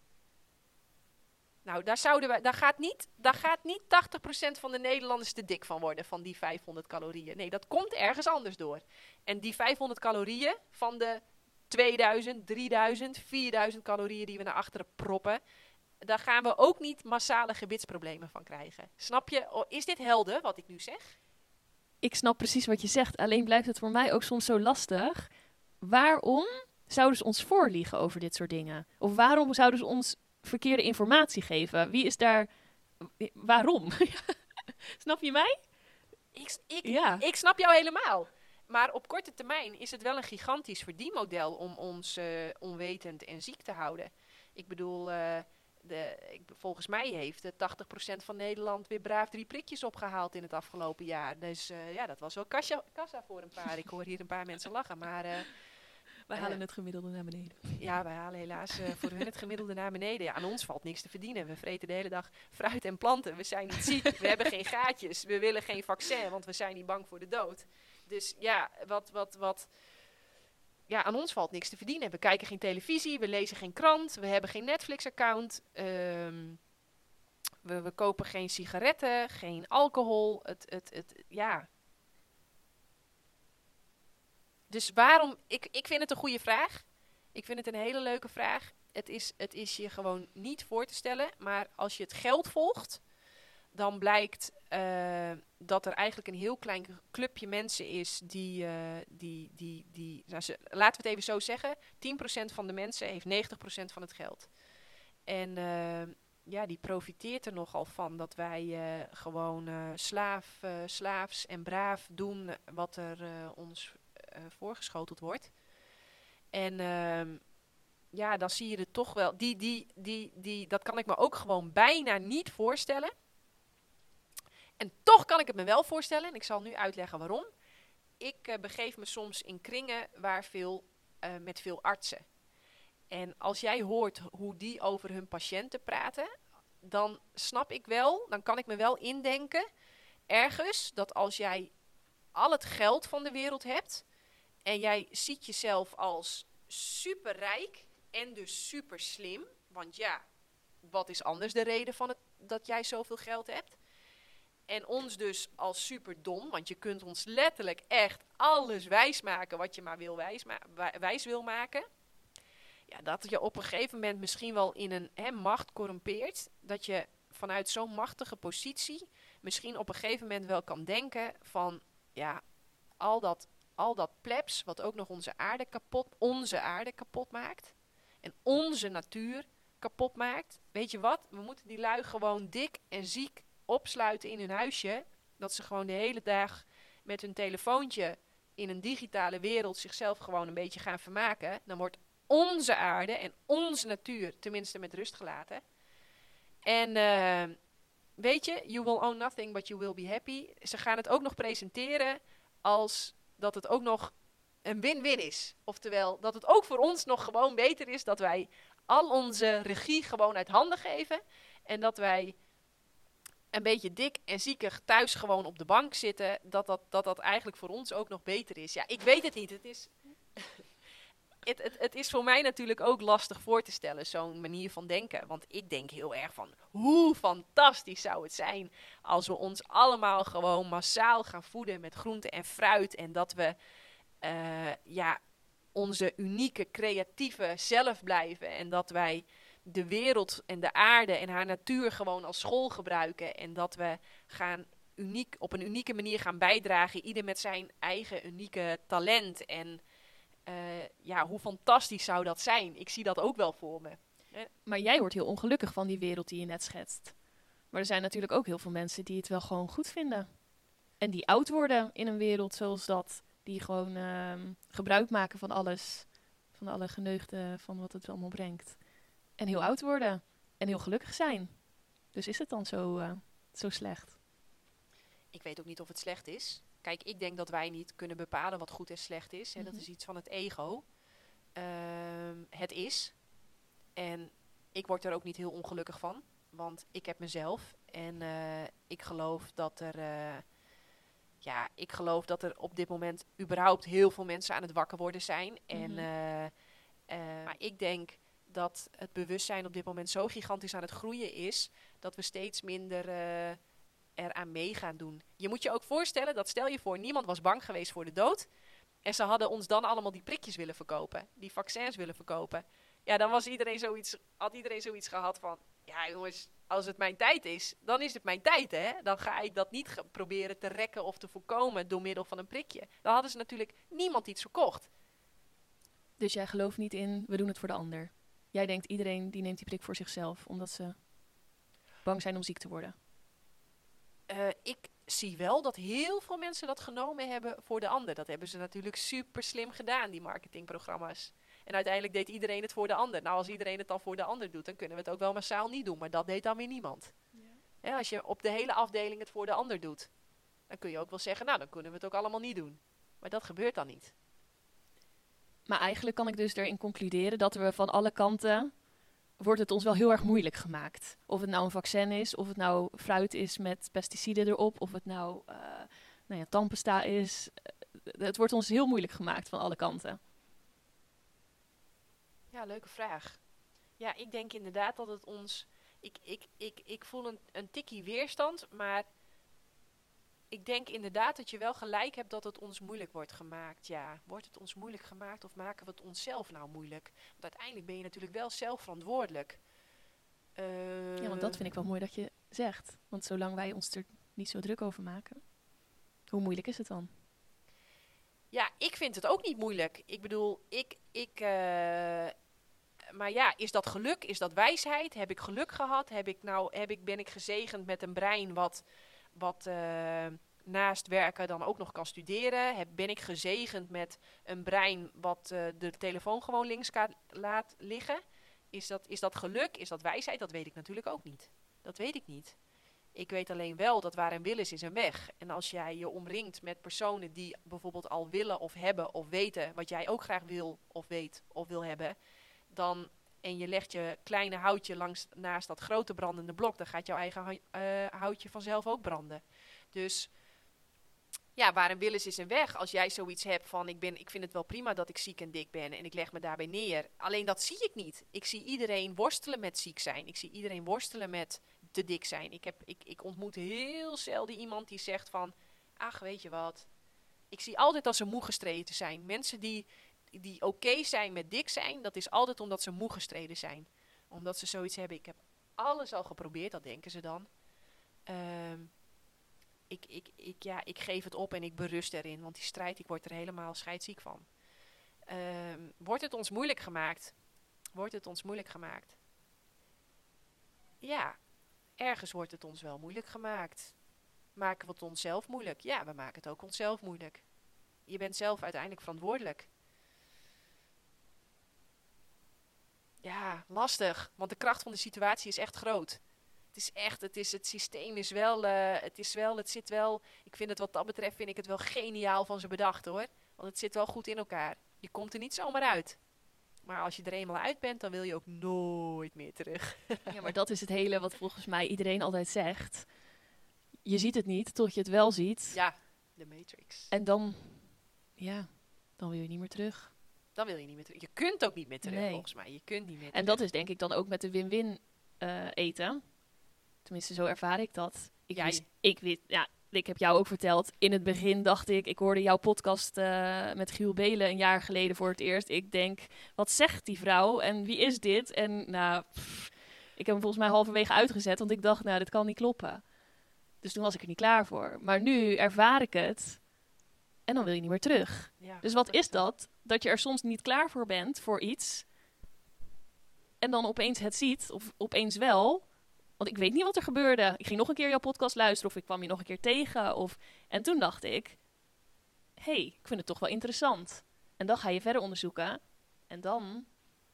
Nou, daar, zouden we, daar, gaat niet, daar gaat niet tachtig procent van de Nederlanders te dik van worden, van die vijfhonderd calorieën. Nee, dat komt ergens anders door. En die vijfhonderd calorieën van de tweeduizend, drieduizend, vierduizend calorieën die we naar achteren proppen, daar gaan we ook niet massale gebitsproblemen van krijgen. Snap je? Is dit helder wat ik nu zeg? Ik snap precies wat je zegt. Alleen blijft het voor mij ook soms zo lastig. Waarom zouden ze ons voorliegen over dit soort dingen? Of waarom zouden ze ons verkeerde informatie geven? Wie is daar... Waarom? Snap je mij? Ik, ik, ja. ik snap jou helemaal. Maar op korte termijn is het wel een gigantisch verdienmodel om ons uh, onwetend en ziek te houden. Ik bedoel... Uh, De, ik, volgens mij heeft tachtig procent van Nederland weer braaf drie prikjes opgehaald in het afgelopen jaar. Dus uh, ja, dat was wel kassa, kassa voor een paar. Ik hoor hier een paar mensen lachen, maar... Uh, wij halen uh, het gemiddelde naar beneden. Ja, wij halen helaas uh, voor hun het gemiddelde naar beneden. Ja, aan ons valt niks te verdienen. We vreten de hele dag fruit en planten. We zijn niet ziek, we hebben geen gaatjes. We willen geen vaccin, want we zijn niet bang voor de dood. Dus ja, wat... wat, wat Ja, aan ons valt niks te verdienen. We kijken geen televisie, we lezen geen krant, we hebben geen Netflix-account. Um, we, we kopen geen sigaretten, geen alcohol. Het, het, het, ja. Dus waarom... Ik, ik vind het een goede vraag. Ik vind het een hele leuke vraag. Het is, het is je gewoon niet voor te stellen. Maar als je het geld volgt, dan blijkt uh, dat er eigenlijk een heel klein clubje mensen is die, uh, die, die, die nou, ze, laten we het even zo zeggen, tien procent van de mensen heeft negentig procent van het geld. En uh, ja, die profiteert er nogal van dat wij uh, gewoon uh, slaaf, uh, slaafs en braaf doen wat er uh, ons uh, voorgeschoteld wordt. En uh, ja, dan zie je het toch wel, die, die, die, die, dat kan ik me ook gewoon bijna niet voorstellen. En toch kan ik het me wel voorstellen, en ik zal nu uitleggen waarom. Ik uh, begeef me soms in kringen waar veel, uh, met veel artsen. En als jij hoort hoe die over hun patiënten praten, dan snap ik wel, dan kan ik me wel indenken, ergens, dat als jij al het geld van de wereld hebt, en jij ziet jezelf als superrijk en dus super slim, want ja, wat is anders de reden van het, dat jij zoveel geld hebt? En ons dus als super dom, want je kunt ons letterlijk echt alles wijsmaken wat je maar wil wijs, ma- wijs wil maken. Ja, dat je op een gegeven moment misschien wel in een hè, macht corrumpeert. Dat je vanuit zo'n machtige positie misschien op een gegeven moment wel kan denken van... Ja, al dat, al dat plebs wat ook nog onze aarde kapot, onze aarde kapot maakt. En onze natuur kapot maakt. Weet je wat? We moeten die lui gewoon dik en ziek opsluiten in hun huisje, dat ze gewoon de hele dag met hun telefoontje in een digitale wereld zichzelf gewoon een beetje gaan vermaken. Dan wordt onze aarde en onze natuur tenminste met rust gelaten. En uh, weet je, you will own nothing but you will be happy. Ze gaan het ook nog presenteren als dat het ook nog een win-win is. Oftewel, dat het ook voor ons nog gewoon beter is dat wij al onze regie gewoon uit handen geven. En dat wij een beetje dik en ziekig thuis gewoon op de bank zitten. Dat dat, dat dat eigenlijk voor ons ook nog beter is. Ja, ik weet het niet. Het is, het, het, het is voor mij natuurlijk ook lastig voor te stellen, zo'n manier van denken. Want ik denk heel erg van, hoe fantastisch zou het zijn als we ons allemaal gewoon massaal gaan voeden met groente en fruit. En dat we uh, ja, onze unieke, creatieve zelf blijven. En dat wij de wereld en de aarde en haar natuur gewoon als school gebruiken. En dat we gaan uniek, op een unieke manier gaan bijdragen. Ieder met zijn eigen unieke talent. En uh, ja, hoe fantastisch zou dat zijn? Ik zie dat ook wel voor me. Maar jij wordt heel ongelukkig van die wereld die je net schetst. Maar er zijn natuurlijk ook heel veel mensen die het wel gewoon goed vinden. En die oud worden in een wereld zoals dat. Die gewoon uh, gebruik maken van alles. Van alle geneugten van wat het allemaal brengt. En heel oud worden. En heel gelukkig zijn. Dus is het dan zo, uh, zo slecht? Ik weet ook niet of het slecht is. Kijk, ik denk dat wij niet kunnen bepalen wat goed en slecht is. Hè. Mm-hmm. Dat is iets van het ego. Uh, het is. En ik word er ook niet heel ongelukkig van. Want ik heb mezelf. En uh, ik geloof dat er... Uh, ja, ik geloof dat er op dit moment überhaupt heel veel mensen aan het wakker worden zijn. En, Mm-hmm. uh, uh, maar ik denk dat het bewustzijn op dit moment zo gigantisch aan het groeien is, dat we steeds minder uh, eraan mee gaan doen. Je moet je ook voorstellen dat, stel je voor, niemand was bang geweest voor de dood. En ze hadden ons dan allemaal die prikjes willen verkopen. Die vaccins willen verkopen. Ja, dan was iedereen zoiets, had iedereen zoiets gehad van, ja jongens, als het mijn tijd is, dan is het mijn tijd, hè. Dan ga ik dat niet ge- proberen te rekken of te voorkomen door middel van een prikje. Dan hadden ze natuurlijk niemand iets verkocht. Dus jij gelooft niet in, we doen het voor de ander. Jij denkt, iedereen die neemt die prik voor zichzelf, omdat ze bang zijn om ziek te worden. Uh, ik zie wel dat heel veel mensen dat genomen hebben voor de ander. Dat hebben ze natuurlijk super slim gedaan, die marketingprogramma's. En uiteindelijk deed iedereen het voor de ander. Nou, als iedereen het dan voor de ander doet, dan kunnen we het ook wel massaal niet doen. Maar dat deed dan weer niemand. Ja. Ja, als je op de hele afdeling het voor de ander doet, dan kun je ook wel zeggen, nou, dan kunnen we het ook allemaal niet doen. Maar dat gebeurt dan niet. Maar eigenlijk kan ik dus erin concluderen dat we van alle kanten, wordt het ons wel heel erg moeilijk gemaakt. Of het nou een vaccin is, of het nou fruit is met pesticiden erop, of het nou, uh, nou ja, tandpasta is. Het wordt ons heel moeilijk gemaakt van alle kanten. Ja, leuke vraag. Ja, ik denk inderdaad dat het ons... Ik, ik, ik, ik voel een, een tikkie weerstand, maar ik denk inderdaad dat je wel gelijk hebt dat het ons moeilijk wordt gemaakt. Ja, wordt het ons moeilijk gemaakt of maken we het onszelf nou moeilijk? Want uiteindelijk ben je natuurlijk wel zelf verantwoordelijk. Uh... Ja, want dat vind ik wel mooi dat je zegt. Want zolang wij ons er niet zo druk over maken, hoe moeilijk is het dan? Ja, ik vind het ook niet moeilijk. Ik bedoel, ik... ik uh... maar ja, is dat geluk? Is dat wijsheid? Heb ik geluk gehad? Heb ik nou, heb ik, ben ik gezegend met een brein wat, wat uh, naast werken dan ook nog kan studeren? Heb, ben ik gezegend met een brein wat uh, de telefoon gewoon links ka- laat liggen? Is dat, is dat geluk? Is dat wijsheid? Dat weet ik natuurlijk ook niet. Dat weet ik niet. Ik weet alleen wel dat waar een wil is, is een weg. En als jij je omringt met personen die bijvoorbeeld al willen of hebben of weten wat jij ook graag wil of weet of wil hebben, dan, en je legt je kleine houtje langs, naast dat grote brandende blok, dan gaat jouw eigen uh, houtje vanzelf ook branden. Dus ja, waar een wil is, is een weg. Als jij zoiets hebt van, ik, ben, ik vind het wel prima dat ik ziek en dik ben en ik leg me daarbij neer. Alleen dat zie ik niet. Ik zie iedereen worstelen met ziek zijn. Ik zie iedereen worstelen met te dik zijn. Ik, heb, ik, ik ontmoet heel zelden iemand die zegt van, ach, weet je wat. Ik zie altijd dat ze moe gestreden zijn. Mensen die... die oké okay zijn met dik zijn, dat is altijd omdat ze moe gestreden zijn. Omdat ze zoiets hebben, ik heb alles al geprobeerd, dat denken ze dan. Um, ik, ik, ik, ja, ik geef het op en ik berust erin, want die strijd, ik word er helemaal scheidsziek van. Um, wordt het ons moeilijk gemaakt? Wordt het ons moeilijk gemaakt? Ja, ergens wordt het ons wel moeilijk gemaakt. Maken we het onszelf moeilijk? Ja, we maken het ook onszelf moeilijk. Je bent zelf uiteindelijk verantwoordelijk. Ja, lastig. Want de kracht van de situatie is echt groot. Het is echt, het, is, het systeem is wel, uh, het is wel, het zit wel, ik vind het wat dat betreft, vind ik het wel geniaal van ze bedacht hoor. Want het zit wel goed in elkaar. Je komt er niet zomaar uit. Maar als je er eenmaal uit bent, dan wil je ook nooit meer terug. Ja, maar dat is het hele wat volgens mij iedereen altijd zegt. Je ziet het niet tot je het wel ziet. Ja, de Matrix. En dan, ja, dan wil je niet meer terug. Dan wil je niet meer terug. Je kunt ook niet meer terug, Nee. volgens mij. Je kunt niet meer terug. En dat is denk ik dan ook met de win-win uh, eten. Tenminste, zo ervaar ik dat. Ik Ja, wist, je- ik wist, ja, ik heb jou ook verteld. In het begin dacht ik, ik hoorde jouw podcast uh, met Giel Belen een jaar geleden voor het eerst. Ik denk, wat zegt die vrouw en wie is dit? En nou, pff, ik heb hem volgens mij halverwege uitgezet, want ik dacht, nou, dit kan niet kloppen. Dus toen was ik er niet klaar voor. Maar nu ervaar ik het en dan wil je niet meer terug. Ja, Dus wat dat is dat? Dat je er soms niet klaar voor bent, voor iets. En dan opeens het ziet, of opeens wel. Want ik weet niet wat er gebeurde. Ik ging nog een keer jouw podcast luisteren, of ik kwam je nog een keer tegen. Of... En toen dacht ik, hé, hey, ik vind het toch wel interessant. En dan ga je verder onderzoeken. En dan...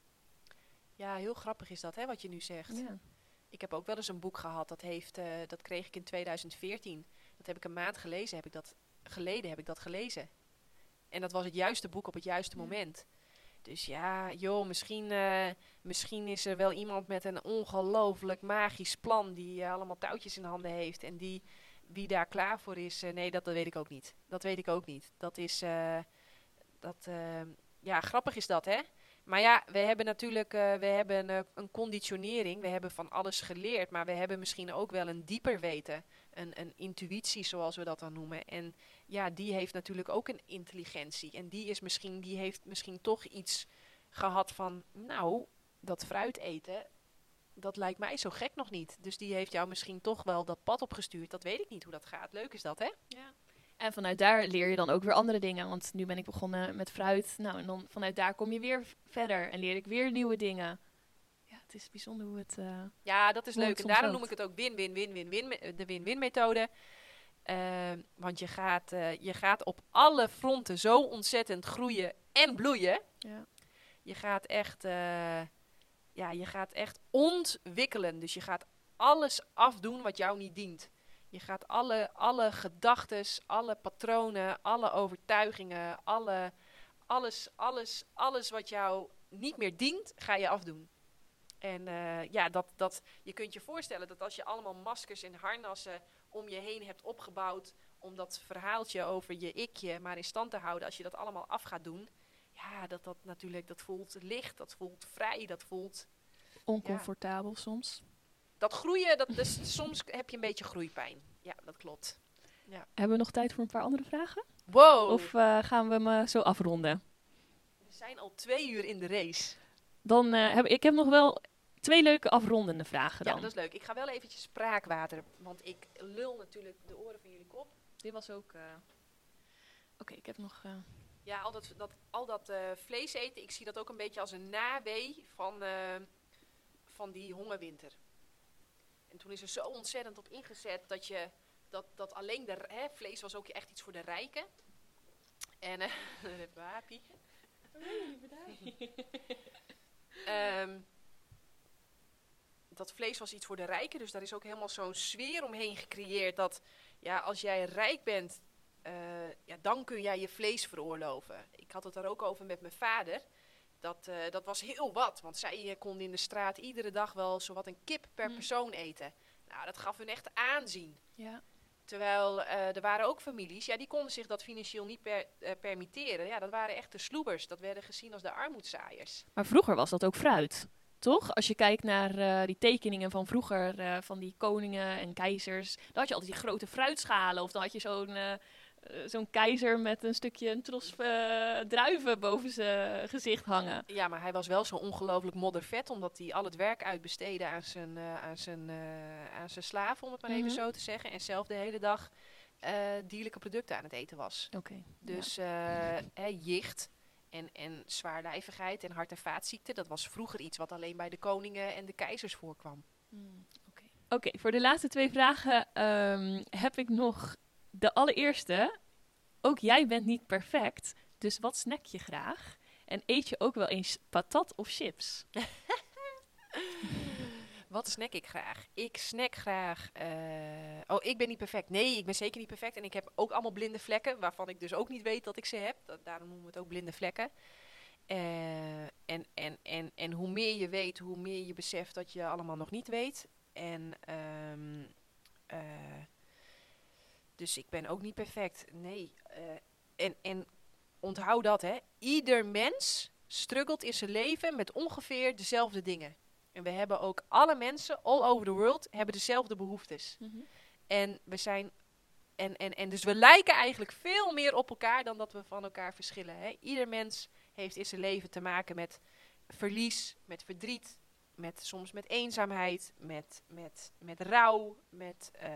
Ja, heel grappig is dat, hè, wat je nu zegt. Ja. Ik heb ook wel eens een boek gehad, dat, heeft, uh, dat kreeg ik in tweeduizend veertien. Dat heb ik een maand gelezen, heb ik dat, geleden heb ik dat gelezen. En dat was het juiste boek op het juiste Ja. moment. Dus ja, joh, misschien, uh, misschien is er wel iemand met een ongelooflijk magisch plan die uh, allemaal touwtjes in handen heeft. En die, wie daar klaar voor is, uh, nee, dat, dat weet ik ook niet. Dat weet ik ook niet. Dat is, uh, dat, uh, ja, grappig is dat, hè? Maar ja, we hebben natuurlijk uh, we hebben, uh, een conditionering. We hebben van alles geleerd. Maar we hebben misschien ook wel een dieper weten. Een, een intuïtie, zoals we dat dan noemen. En ja, die heeft natuurlijk ook een intelligentie. En die, is misschien, die heeft misschien toch iets gehad van... Nou, dat fruit eten, dat lijkt mij zo gek nog niet. Dus die heeft jou misschien toch wel dat pad opgestuurd. Dat weet ik niet hoe dat gaat. Leuk is dat, hè? Ja. En vanuit daar leer je dan ook weer andere dingen. Want nu ben ik begonnen met fruit. Nou, en dan vanuit daar kom je weer verder. En leer ik weer nieuwe dingen. Ja, het is bijzonder hoe het... Uh, ja, dat is leuk. En daarom loopt. noem ik het ook win-win-win-win-win. De win-win-methode. Uh, want je gaat, uh, je gaat op alle fronten zo ontzettend groeien en bloeien. Ja. Je gaat echt... Uh, ja, je gaat echt ontwikkelen. Dus je gaat alles afdoen wat jou niet dient. Je gaat alle, alle gedachtes, alle patronen, alle overtuigingen, alle, alles, alles, alles wat jou niet meer dient, ga je afdoen. En uh, ja, dat, dat, je kunt je voorstellen dat als je allemaal maskers en harnassen om je heen hebt opgebouwd, om dat verhaaltje over je ikje maar in stand te houden, als je dat allemaal af gaat doen, ja, dat dat natuurlijk, dat voelt licht, dat voelt vrij, dat voelt... Oncomfortabel ja. soms. Dat groeien, dat, dus, soms heb je een beetje groeipijn. Ja, dat klopt. Ja. Hebben we nog tijd voor een paar andere vragen? Wow! Of uh, gaan we hem uh, zo afronden? We zijn al twee uur in de race. Dan uh, heb ik heb nog wel twee leuke afrondende vragen dan. Ja, dat is leuk. Ik ga wel eventjes spraakwater, want ik lul natuurlijk de oren van jullie kop. Dit was ook... Uh... Oké, okay, ik heb nog... Uh... Ja, al dat, dat, al dat uh, vlees eten, ik zie dat ook een beetje als een nawee van, uh, van die hongerwinter. En toen is er zo ontzettend op ingezet dat je... Dat, dat alleen de... Hè, vlees was ook echt iets voor de rijken. En... Uh, even happy. um, dat vlees was iets voor de rijken. Dus daar is ook helemaal zo'n sfeer omheen gecreëerd. Dat ja, als jij rijk bent... Uh, ja, dan kun jij je vlees veroorloven. Ik had het daar ook over met mijn vader. Dat, uh, dat was heel wat. Want zij uh, konden in de straat iedere dag wel zowat een kip per mm. persoon eten. Nou, dat gaf hun echt aanzien. Ja. Terwijl uh, er waren ook families, ja, die konden zich dat financieel niet per, uh, permitteren. Ja, dat waren echt de sloebers. Dat werden gezien als de armoedzaaiers. Maar vroeger was dat ook fruit, toch? Als je kijkt naar uh, die tekeningen van vroeger, uh, van die koningen en keizers. Dan had je altijd die grote fruitschalen. Of dan had je zo'n... Uh, Uh, zo'n keizer met een stukje een tros uh, druiven boven zijn gezicht hangen. Ja, maar hij was wel zo ongelooflijk moddervet, omdat hij al het werk uitbesteedde aan zijn, uh, aan zijn, uh, aan zijn slaven, om het maar mm-hmm. even zo te zeggen. En zelf de hele dag uh, dierlijke producten aan het eten was. Okay, dus ja. uh, hè, jicht en, en zwaarlijvigheid en hart- en vaatziekten, dat was vroeger iets wat alleen bij de koningen en de keizers voorkwam. Mm, Oké, okay. okay, voor de laatste twee vragen um, heb ik nog... De allereerste, ook jij bent niet perfect, dus wat snack je graag? En eet je ook wel eens patat of chips? Wat snack ik graag? Ik snack graag... eh, oh, ik ben niet perfect. Nee, ik ben zeker niet perfect. En ik heb ook allemaal blinde vlekken, waarvan ik dus ook niet weet dat ik ze heb. Da- daarom noemen we het ook blinde vlekken. Eh, en, en, en, en hoe meer je weet, hoe meer je beseft dat je allemaal nog niet weet. En... ehm, eh, dus ik ben ook niet perfect. Nee. eh, en, en onthoud dat, hè. Ieder mens struggelt in zijn leven met ongeveer dezelfde dingen. En we hebben ook, alle mensen all over the world hebben dezelfde behoeftes. Mhm. En we zijn, en, en, en dus we lijken eigenlijk veel meer op elkaar dan dat we van elkaar verschillen. Hè? Ieder mens heeft in zijn leven te maken met verlies, met verdriet, met, soms met eenzaamheid, met, met, met rouw, met, eh,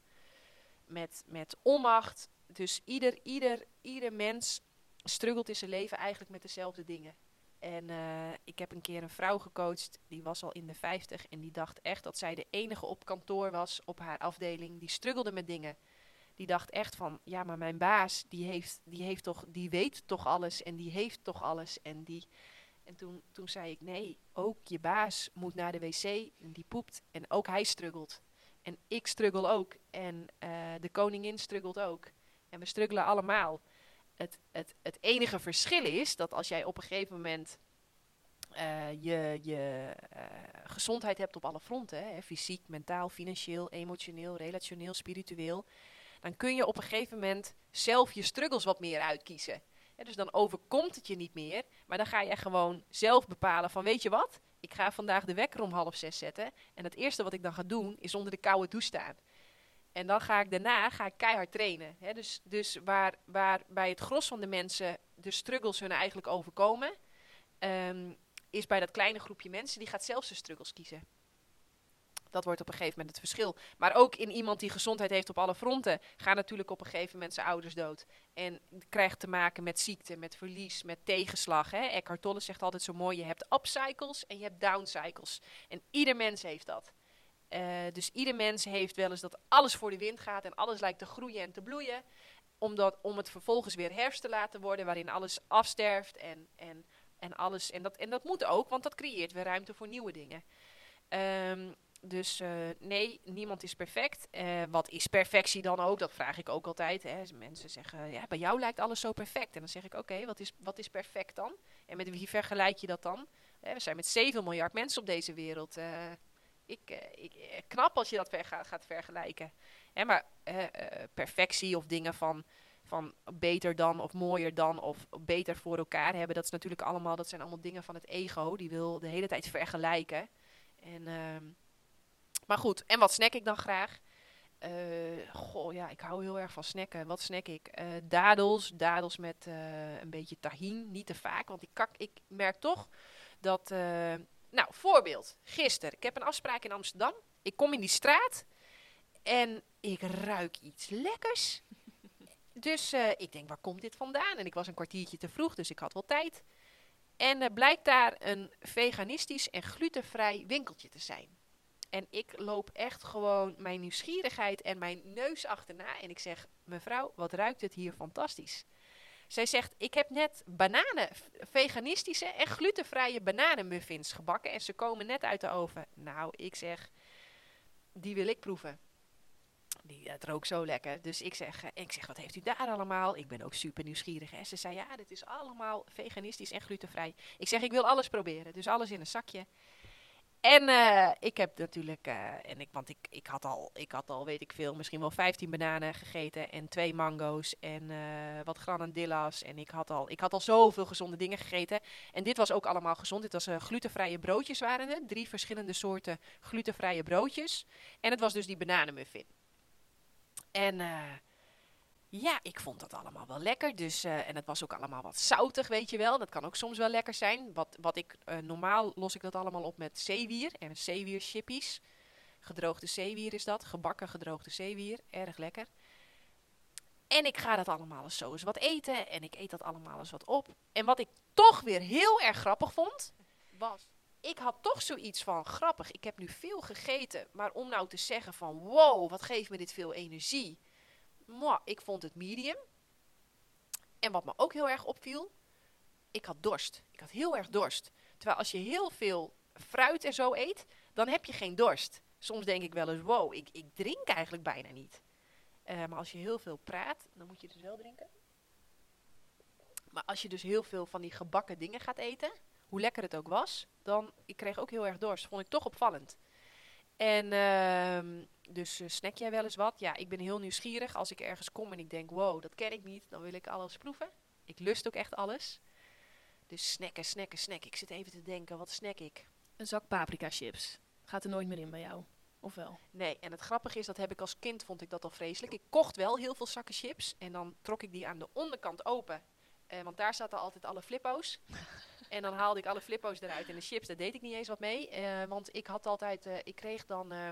met, met onmacht. Dus ieder, ieder, ieder mens struggelt in zijn leven eigenlijk met dezelfde dingen. En uh, ik heb een keer een vrouw gecoacht, die was al in de vijftig en die dacht echt dat zij de enige op kantoor was op haar afdeling. Die struggelde met dingen. Die dacht echt van, ja, maar mijn baas, die heeft, die heeft toch, die weet toch alles en die heeft toch alles. En, die, en toen, toen zei ik, nee, ook je baas moet naar de wc en die poept en ook hij struggelt. En ik struggle ook en uh, de koningin struggelt ook. En we struggelen allemaal. Het, het, het enige verschil is dat als jij op een gegeven moment uh, je, je uh, gezondheid hebt op alle fronten, hè, fysiek, mentaal, financieel, emotioneel, relationeel, spiritueel, dan kun je op een gegeven moment zelf je struggles wat meer uitkiezen. Ja, dus dan overkomt het je niet meer, maar dan ga je gewoon zelf bepalen van, weet je wat, ik ga vandaag de wekker om half zes zetten en het eerste wat ik dan ga doen is onder de koude douche staan. En dan ga ik daarna ga ik keihard trainen. Hè? Dus, dus waar, waar bij het gros van de mensen de struggles hun eigenlijk overkomen, um, is bij dat kleine groepje mensen die gaat zelfs de struggles kiezen. Dat wordt op een gegeven moment het verschil. Maar ook in iemand die gezondheid heeft op alle fronten, gaan natuurlijk op een gegeven moment zijn ouders dood. En krijgt te maken met ziekte, met verlies, met tegenslag. Hè? Eckhart Tolle zegt altijd zo mooi, je hebt upcycles en je hebt downcycles. En ieder mens heeft dat. Uh, dus ieder mens heeft wel eens dat alles voor de wind gaat en alles lijkt te groeien en te bloeien. Omdat, om het vervolgens weer herfst te laten worden waarin alles afsterft en, en, en alles. En dat, en dat moet ook, want dat creëert weer ruimte voor nieuwe dingen. Um, dus uh, nee, niemand is perfect. Uh, wat is perfectie dan ook? Dat vraag ik ook altijd. Hè. Mensen zeggen, ja, bij jou lijkt alles zo perfect. En dan zeg ik, oké, okay, wat, is, wat is perfect dan? En met wie vergelijk je dat dan? Uh, we zijn met zeven miljard mensen op deze wereld. Uh, Ik, uh, ik, uh, knap als je dat ver gaat, gaat vergelijken. Hè, maar uh, uh, perfectie of dingen van, van beter dan of mooier dan of beter voor elkaar hebben, dat is natuurlijk allemaal, dat zijn allemaal dingen van het ego. Die wil de hele tijd vergelijken. En, uh, maar goed, en wat snack ik dan graag? Uh, goh, ja, ik hou heel erg van snacken. Wat snack ik? Uh, dadels, dadels met uh, een beetje tahin. Niet te vaak, want ik, kak, ik merk toch dat... Uh, Nou, voorbeeld. Gisteren. Ik heb een afspraak in Amsterdam. Ik kom in die straat. En ik ruik iets lekkers. Dus uh, ik denk, waar komt dit vandaan? En ik was een kwartiertje te vroeg, dus ik had wel tijd. En er uh, blijkt daar een veganistisch en glutenvrij winkeltje te zijn. En ik loop echt gewoon mijn nieuwsgierigheid en mijn neus achterna. En ik zeg, mevrouw, wat ruikt het hier fantastisch. Zij zegt, ik heb net bananen, veganistische en glutenvrije bananenmuffins gebakken. En ze komen net uit de oven. Nou, ik zeg, die wil ik proeven. Die, het rook zo lekker. Dus ik zeg, uh, ik zeg, wat heeft u daar allemaal? Ik ben ook super nieuwsgierig. Hè? Ze zei, ja, dit is allemaal veganistisch en glutenvrij. Ik zeg, ik wil alles proberen. Dus alles in een zakje. En uh, ik heb natuurlijk, uh, en ik, want ik, ik, had al, ik had al, weet ik veel, misschien wel vijftien bananen gegeten en twee mango's en uh, wat granadillas. En ik had, al, ik had al zoveel gezonde dingen gegeten. En dit was ook allemaal gezond. Dit was uh, glutenvrije broodjes waren het. Drie verschillende soorten glutenvrije broodjes. En het was dus die bananenmuffin. En uh, ja, ik vond dat allemaal wel lekker. Dus, uh, en het was ook allemaal wat zoutig, weet je wel. Dat kan ook soms wel lekker zijn. Wat, wat ik, uh, normaal los ik dat allemaal op met zeewier en zeewierchippies. Gedroogde zeewier is dat. Gebakken gedroogde zeewier. Erg lekker. En ik ga dat allemaal eens zo eens wat eten. En ik eet dat allemaal eens wat op. En wat ik toch weer heel erg grappig vond, was... Ik had toch zoiets van, grappig, ik heb nu veel gegeten. Maar om nou te zeggen van, wow, wat geeft me dit veel energie... Moi, ik vond het medium. En wat me ook heel erg opviel, ik had dorst. Ik had heel erg dorst. Terwijl als je heel veel fruit en zo eet, dan heb je geen dorst. Soms denk ik wel eens, wow, ik, ik drink eigenlijk bijna niet. Uh, maar als je heel veel praat, dan moet je dus wel drinken. Maar als je dus heel veel van die gebakken dingen gaat eten, hoe lekker het ook was, dan, ik kreeg ook heel erg dorst. Vond ik toch opvallend. En uh, dus uh, snack jij wel eens wat? Ja, ik ben heel nieuwsgierig. Als ik ergens kom en ik denk, wow, dat ken ik niet, dan wil ik alles proeven. Ik lust ook echt alles. Dus snacken, snacken, snacken. Ik zit even te denken, wat snack ik? Een zak paprika chips. Gaat er nooit meer in bij jou? Of wel? Nee, en het grappige is, dat heb ik als kind, vond ik dat al vreselijk. Ik kocht wel heel veel zakken chips en dan trok ik die aan de onderkant open. Uh, want daar zaten altijd alle flippo's. En dan haalde ik alle flippo's eruit en de chips, daar deed ik niet eens wat mee. Uh, want ik had altijd, uh, ik kreeg dan uh, uh,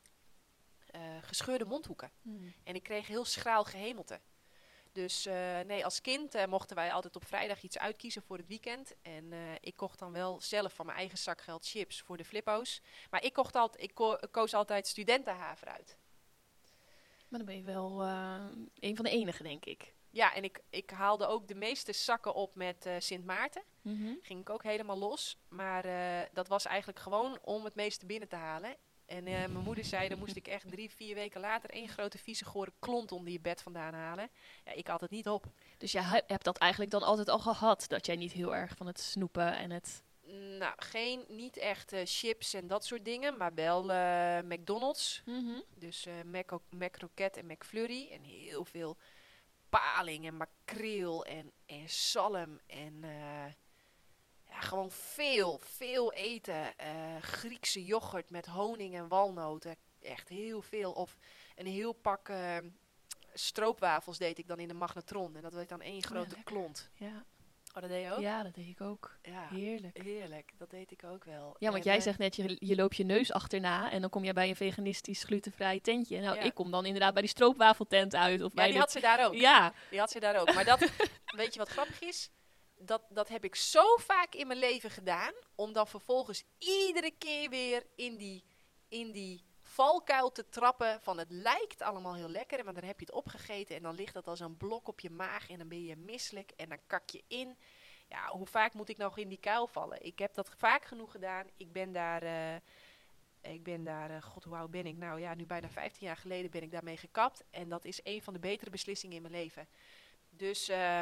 gescheurde mondhoeken. Hmm. En ik kreeg heel schraal gehemelte. Dus uh, nee, als kind uh, mochten wij altijd op vrijdag iets uitkiezen voor het weekend. En uh, ik kocht dan wel zelf van mijn eigen zakgeld chips voor de flippo's. Maar ik, kocht altijd, ik ko- koos altijd studentenhaver uit. Maar dan ben je wel uh, een van de enigen, denk ik. Ja, en ik, ik haalde ook de meeste zakken op met uh, Sint Maarten. Mm-hmm. Ging ik ook helemaal los. Maar uh, dat was eigenlijk gewoon om het meeste binnen te halen. En uh, mijn moeder zei, dan moest ik echt drie, vier weken later één grote vieze gore klont onder je bed vandaan halen. Ja, ik had het niet op. Dus jij hebt dat eigenlijk dan altijd al gehad, dat jij niet heel erg van het snoepen en het... Nou, geen, niet echt uh, chips en dat soort dingen, maar wel uh, McDonald's. Mm-hmm. Dus uh, Mac, Mac Croquette en McFlurry en heel veel paling en makreel en, en zalm en... Uh, Ja, gewoon veel, veel eten. Uh, Griekse yoghurt met honing en walnoten. Echt heel veel. Of een heel pak uh, stroopwafels deed ik dan in de magnetron. En dat werd dan één grote ja, klont. Ja. Oh, dat deed je ook? Ja, dat deed ik ook. Ja, heerlijk. Heerlijk, dat deed ik ook wel. Ja, want en, jij uh, zegt net, je, je loopt je neus achterna en dan kom jij bij een veganistisch glutenvrij tentje. Nou, ja. Ik kom dan inderdaad bij die stroopwafeltent uit. Of ja, bij die de... had ze daar ook. Ja. Die had ze daar ook. Maar dat, weet je wat grappig is? Dat, dat heb ik zo vaak in mijn leven gedaan, om dan vervolgens iedere keer weer in die, in die valkuil te trappen van het lijkt allemaal heel lekker, maar dan heb je het opgegeten en dan ligt dat als een blok op je maag en dan ben je misselijk en dan kak je in. Ja, hoe vaak moet ik nog in die kuil vallen? Ik heb dat vaak genoeg gedaan. Ik ben daar, uh, ik ben daar, uh, god hoe oud ben ik? Nou ja, nu bijna vijftien jaar geleden ben ik daarmee gekapt en dat is een van de betere beslissingen in mijn leven. Dus... Uh,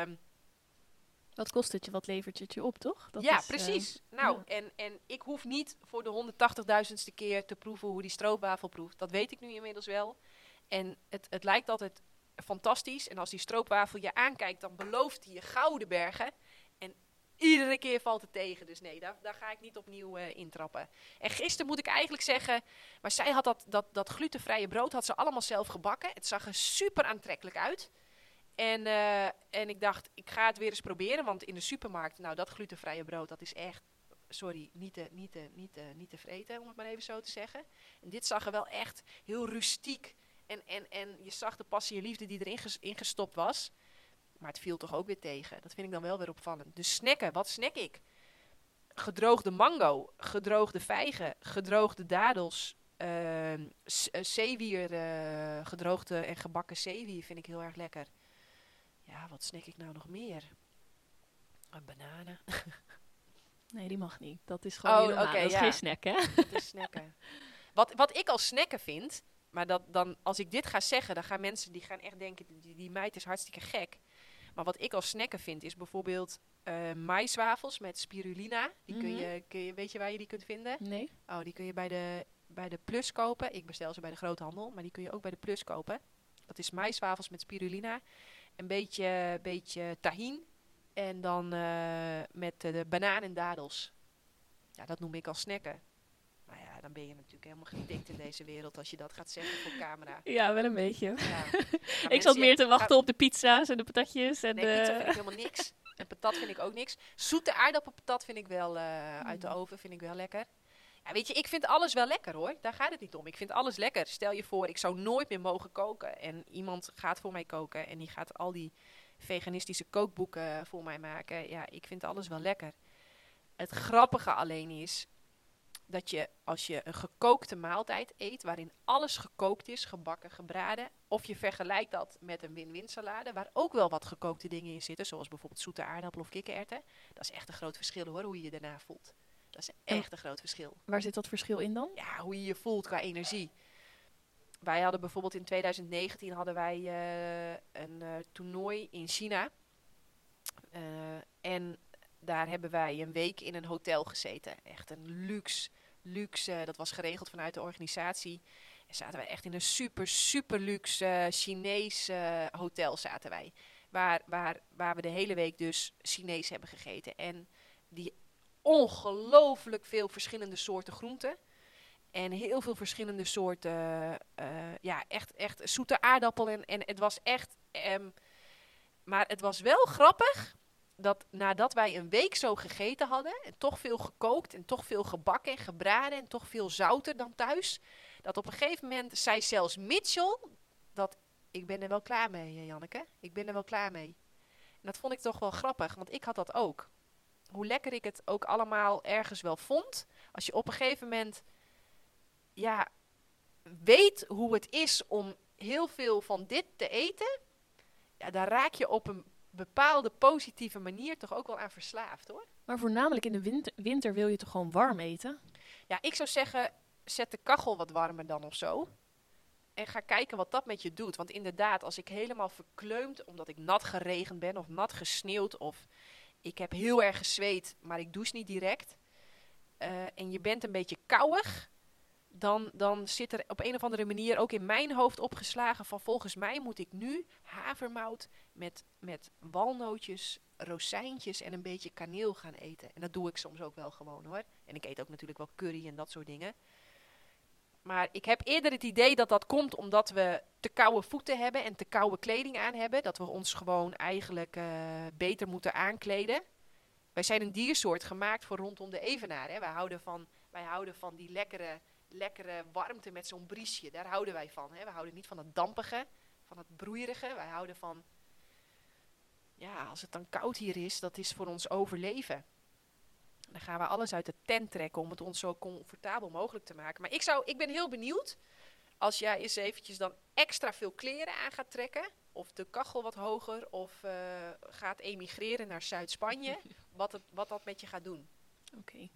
Wat kost het je? Wat levert het je op, toch? Dat ja, is, precies. Uh, nou, ja. en, en ik hoef niet voor de honderdtachtigduizendste keer te proeven hoe die stroopwafel proeft. Dat weet ik nu inmiddels wel. En het, het lijkt altijd fantastisch. En als die stroopwafel je aankijkt, dan belooft hij je gouden bergen. En iedere keer valt het tegen. Dus nee, daar, daar ga ik niet opnieuw uh, intrappen. En gisteren moet ik eigenlijk zeggen, maar zij had dat, dat, dat glutenvrije brood, had ze allemaal zelf gebakken. Het zag er super aantrekkelijk uit. En, uh, en ik dacht, ik ga het weer eens proberen, want in de supermarkt, nou dat glutenvrije brood, dat is echt, sorry, niet te, niet te, niet te, niet te vreten, om het maar even zo te zeggen. En dit zag er wel echt heel rustiek en, en, en je zag de passie en liefde die erin ges, gestopt was. Maar het viel toch ook weer tegen. Dat vind ik dan wel weer opvallend. Dus snacken, wat snack ik? Gedroogde mango, gedroogde vijgen, gedroogde dadels, uh, zeewier, uh, gedroogde en gebakken zeewier vind ik heel erg lekker. Ja, wat snack ik nou nog meer? Een bananen. Nee, die mag niet. Dat is gewoon oh, niet normaal. Okay, dat is ja. geen snack, hè? Dat is snacken. Wat, wat ik als snacken vind, maar dat dan, als ik dit ga zeggen, dan gaan mensen die gaan echt denken, die, die meid is hartstikke gek. Maar wat ik als snacken vind, is bijvoorbeeld uh, maïswafels met spirulina. Die mm-hmm. kun je, kun je, weet je waar je die kunt vinden? Nee. Oh, die kun je bij de, bij de Plus kopen. Ik bestel ze bij de groothandel, maar die kun je ook bij de Plus kopen. Dat is maïswafels met spirulina. Een beetje, beetje tahin. En dan uh, met uh, de banaan en dadels. Ja, dat noem ik als snacken. Maar ja, dan ben je natuurlijk helemaal getikt in deze wereld als je dat gaat zeggen voor camera. Ja, wel een beetje. Ja. Ik zat meer te wachten gaan... op de pizza's en de patatjes. En nee, de... pizza vind ik helemaal niks. En patat vind ik ook niks. Zoete aardappelpatat vind ik wel uh, uit de oven, vind ik wel lekker. Ja, weet je, ik vind alles wel lekker hoor. Daar gaat het niet om. Ik vind alles lekker. Stel je voor, ik zou nooit meer mogen koken. En iemand gaat voor mij koken. En die gaat al die veganistische kookboeken voor mij maken. Ja, ik vind alles wel lekker. Het grappige alleen is dat je, als je een gekookte maaltijd eet, waarin alles gekookt is, gebakken, gebraden, of je vergelijkt dat met een win-win salade, waar ook wel wat gekookte dingen in zitten, zoals bijvoorbeeld zoete aardappel of kikkererwten. Dat is echt een groot verschil hoor, hoe je je daarna voelt. Dat is En- echt een groot verschil. Waar zit dat verschil in dan? Ja, hoe je je voelt qua energie. Wij hadden bijvoorbeeld in twintig negentien hadden wij uh, een uh, toernooi in China. Uh, en daar hebben wij een week in een hotel gezeten. Echt een luxe, luxe, uh, dat was geregeld vanuit de organisatie. En zaten wij echt in een super, super luxe uh, Chinees uh, hotel zaten wij. Waar, waar, waar we de hele week dus Chinees hebben gegeten. En die ongelooflijk veel verschillende soorten groenten. En heel veel verschillende soorten, uh, ja, echt, echt zoete aardappel. En, en het was echt, um, maar het was wel grappig dat nadat wij een week zo gegeten hadden, en toch veel gekookt en toch veel gebakken en gebraden en toch veel zouter dan thuis, dat op een gegeven moment zei zelfs Mitchell, dat ik ben er wel klaar mee, Janneke, ik ben er wel klaar mee. En dat vond ik toch wel grappig, want ik had dat ook. Hoe lekker ik het ook allemaal ergens wel vond, als je op een gegeven moment... ja, weet hoe het is om heel veel van dit te eten, ja, daar raak je op een bepaalde positieve manier toch ook wel aan verslaafd, hoor. Maar voornamelijk in de winter, winter wil je toch gewoon warm eten? Ja, ik zou zeggen, zet de kachel wat warmer dan of zo. En ga kijken wat dat met je doet. Want inderdaad, als ik helemaal verkleumd, omdat ik nat geregend ben of nat gesneeuwd, of ik heb heel erg gezweet, maar ik douche niet direct, uh, en je bent een beetje kouig, Dan, dan zit er op een of andere manier ook in mijn hoofd opgeslagen van volgens mij moet ik nu havermout met, met walnootjes, rozijntjes en een beetje kaneel gaan eten. En dat doe ik soms ook wel gewoon, hoor. En ik eet ook natuurlijk wel curry en dat soort dingen. Maar ik heb eerder het idee dat dat komt omdat we te koude voeten hebben en te koude kleding aan hebben. Dat we ons gewoon eigenlijk uh, beter moeten aankleden. Wij zijn een diersoort gemaakt voor rondom de evenaar. Hè. Wij, houden van, wij houden van die lekkere... lekkere warmte met zo'n briesje. Daar houden wij van. Hè? We houden niet van het dampige, van het broeierige. Wij houden van... ja, als het dan koud hier is, dat is voor ons overleven. Dan gaan we alles uit de tent trekken om het ons zo comfortabel mogelijk te maken. Maar ik, zou, ik ben heel benieuwd als jij eens eventjes dan extra veel kleren aan gaat trekken. Of de kachel wat hoger. Of uh, gaat emigreren naar Zuid-Spanje. wat, het, wat dat met je gaat doen. Oké. Okay.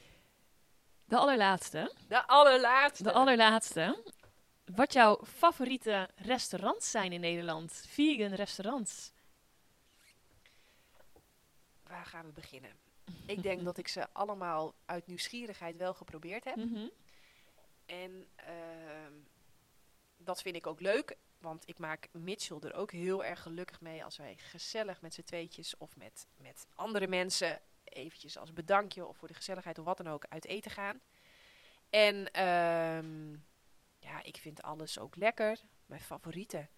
De allerlaatste. De allerlaatste. De allerlaatste. Wat jouw favoriete restaurants zijn in Nederland? Vegan restaurants. Waar gaan we beginnen? Ik denk dat ik ze allemaal uit nieuwsgierigheid wel geprobeerd heb. Mm-hmm. En uh, dat vind ik ook leuk. Want ik maak Mitchell er ook heel erg gelukkig mee als wij gezellig met z'n tweetjes of met, met andere mensen eventjes als bedankje of voor de gezelligheid of wat dan ook uit eten gaan. En um, ja, ik vind alles ook lekker. Mijn favorieten.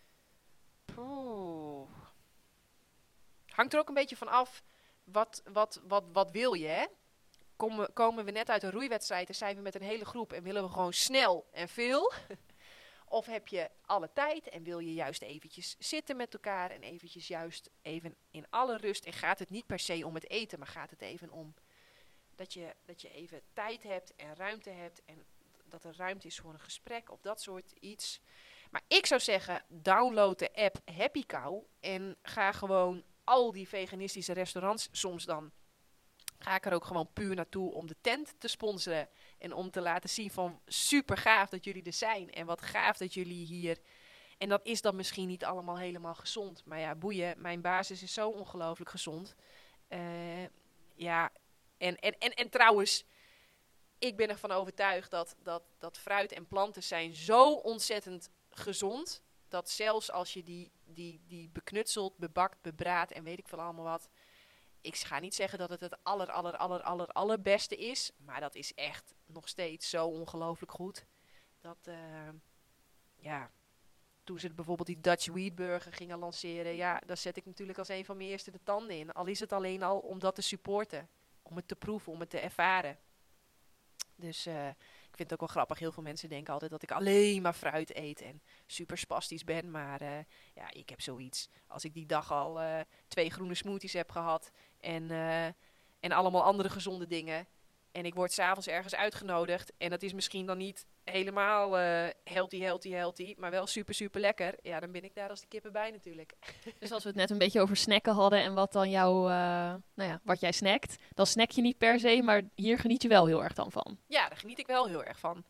Poeh. Hangt er ook een beetje van af, wat, wat, wat, wat wil je, hè? Komen, komen we net uit een roeiwedstrijd en zijn we met een hele groep en willen we gewoon snel en veel? Of heb je alle tijd en wil je juist eventjes zitten met elkaar en eventjes juist even in alle rust. En gaat het niet per se om het eten, maar gaat het even om dat je, dat je even tijd hebt en ruimte hebt. En dat er ruimte is voor een gesprek of dat soort iets. Maar ik zou zeggen, download de app Happy Cow en ga gewoon al die veganistische restaurants, soms dan ga ik er ook gewoon puur naartoe om de tent te sponsoren. En om te laten zien van super gaaf dat jullie er zijn. En wat gaaf dat jullie hier... En dat is dan misschien niet allemaal helemaal gezond. Maar ja, boeien. Mijn basis is zo ongelooflijk gezond. Uh, ja, en, en, en, en trouwens... Ik ben ervan overtuigd dat, dat, dat fruit en planten zijn zo ontzettend gezond. Dat zelfs als je die, die, die beknutselt, bebakt, bebraadt en weet ik veel allemaal wat... Ik ga niet zeggen dat het het aller, aller, aller, aller, allerbeste is. Maar dat is echt nog steeds zo ongelooflijk goed. Dat, uh, ja, toen ze bijvoorbeeld die Dutch Wheat Burger gingen lanceren. Ja, daar zet ik natuurlijk als een van mijn eerste de tanden in. Al is het alleen al om dat te supporten. Om het te proeven, om het te ervaren. Dus uh, ik vind het ook wel grappig. Heel veel mensen denken altijd dat ik alleen maar fruit eet. En super spastisch ben. Maar uh, ja, ik heb zoiets. Als ik die dag al uh, twee groene smoothies heb gehad. En, uh, en allemaal andere gezonde dingen. En ik word 's avonds ergens uitgenodigd. En dat is misschien dan niet helemaal uh, healthy, healthy, healthy, maar wel super, super lekker. Ja, dan ben ik daar als de kippen bij natuurlijk. Dus als we het net een beetje over snacken hadden en wat dan jouw, uh, nou ja, wat jij snackt, dan snack je niet per se, maar hier geniet je wel heel erg dan van. Ja, daar geniet ik wel heel erg van.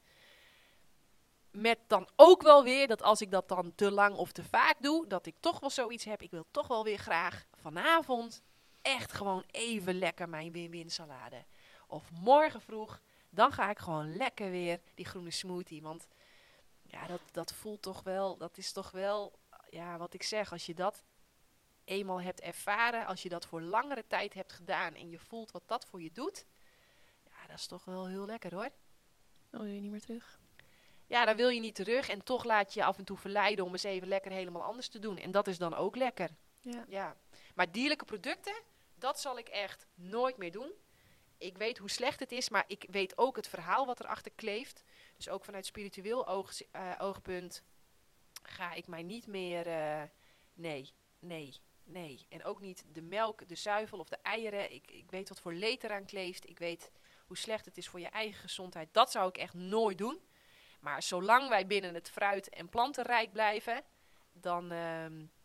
Met dan ook wel weer dat als ik dat dan te lang of te vaak doe, dat ik toch wel zoiets heb. Ik wil toch wel weer graag vanavond echt gewoon even lekker mijn win-win salade. Of morgen vroeg, dan ga ik gewoon lekker weer die groene smoothie. Want ja, dat, dat voelt toch wel, dat is toch wel, ja, wat ik zeg. Als je dat eenmaal hebt ervaren, als je dat voor langere tijd hebt gedaan en je voelt wat dat voor je doet. Ja, dat is toch wel heel lekker hoor. Dan wil je niet meer terug. Ja, dan wil je niet terug en toch laat je je af en toe verleiden om eens even lekker helemaal anders te doen. En dat is dan ook lekker. Ja. Ja. Maar dierlijke producten, dat zal ik echt nooit meer doen. Ik weet hoe slecht het is, maar ik weet ook het verhaal wat erachter kleeft. Dus ook vanuit spiritueel oog, uh, oogpunt ga ik mij niet meer... Uh, nee, nee, nee. En ook niet de melk, de zuivel of de eieren. Ik, ik weet wat voor leed eraan kleeft. Ik weet hoe slecht het is voor je eigen gezondheid. Dat zou ik echt nooit doen. Maar zolang wij binnen het fruit- en plantenrijk blijven, dan, uh,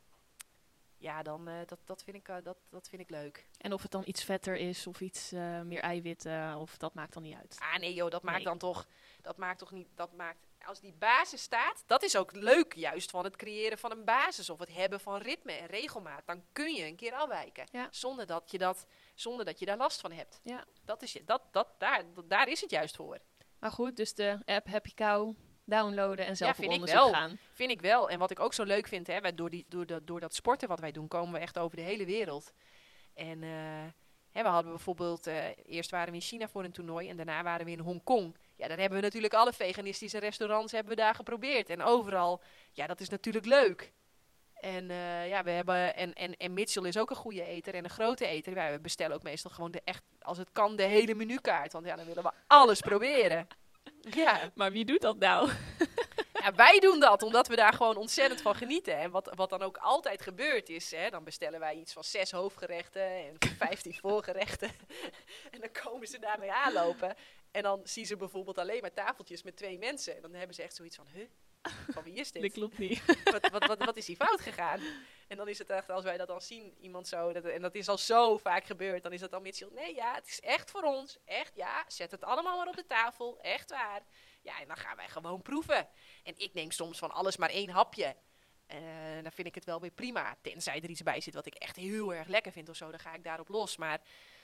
ja, dan uh, dat, dat, vind ik, uh, dat, dat vind ik leuk. En of het dan iets vetter is of iets uh, meer eiwitten, of dat maakt dan niet uit. Ah nee joh, dat maakt nee. dan toch, dat maakt toch niet, dat maakt, als die basis staat, dat is ook leuk juist van het creëren van een basis of het hebben van ritme en regelmaat. Dan kun je een keer afwijken, ja. zonder, dat je dat, zonder dat je daar last van hebt. Ja. Dat is, dat, dat, daar, dat, daar is het juist voor. Maar goed, dus de app Happy Cow downloaden en zelf ja, op onderzoek ik wel. gaan. Vind ik wel. En wat ik ook zo leuk vind, hè, wij, door, die, door, de, door dat sporten wat wij doen, komen we echt over de hele wereld. En uh, hè, we hadden bijvoorbeeld, uh, eerst waren we in China voor een toernooi en daarna waren we in Hongkong. Ja, daar hebben we natuurlijk alle veganistische restaurants hebben we daar geprobeerd. En overal, ja, dat is natuurlijk leuk. En uh, ja, we hebben, en, en, en Mitchell is ook een goede eter en een grote eter. Wij bestellen ook meestal gewoon de echt, als het kan, de hele menukaart. Want ja, dan willen we alles proberen. Ja. Maar wie doet dat nou? Ja, wij doen dat, omdat we daar gewoon ontzettend van genieten. En wat, wat dan ook altijd gebeurt is, hè, dan bestellen wij iets van zes hoofdgerechten en vijftien voorgerechten. En dan komen ze daarmee aanlopen. En dan zien ze bijvoorbeeld alleen maar tafeltjes met twee mensen. En dan hebben ze echt zoiets van, huh? Van wie is dit? Dat klopt niet. Wat, wat, wat, wat is hier fout gegaan? En dan is het echt, als wij dat dan zien, iemand zo, dat, en dat is al zo vaak gebeurd, dan is dat dan Mitchell, nee ja, het is echt voor ons. Echt, ja, zet het allemaal maar op de tafel. Echt waar. Ja, en dan gaan wij gewoon proeven. En ik neem soms van alles maar één hapje. En uh, dan vind ik het wel weer prima. Tenzij er iets bij zit wat ik echt heel erg lekker vind of zo, dan ga ik daarop los. Maar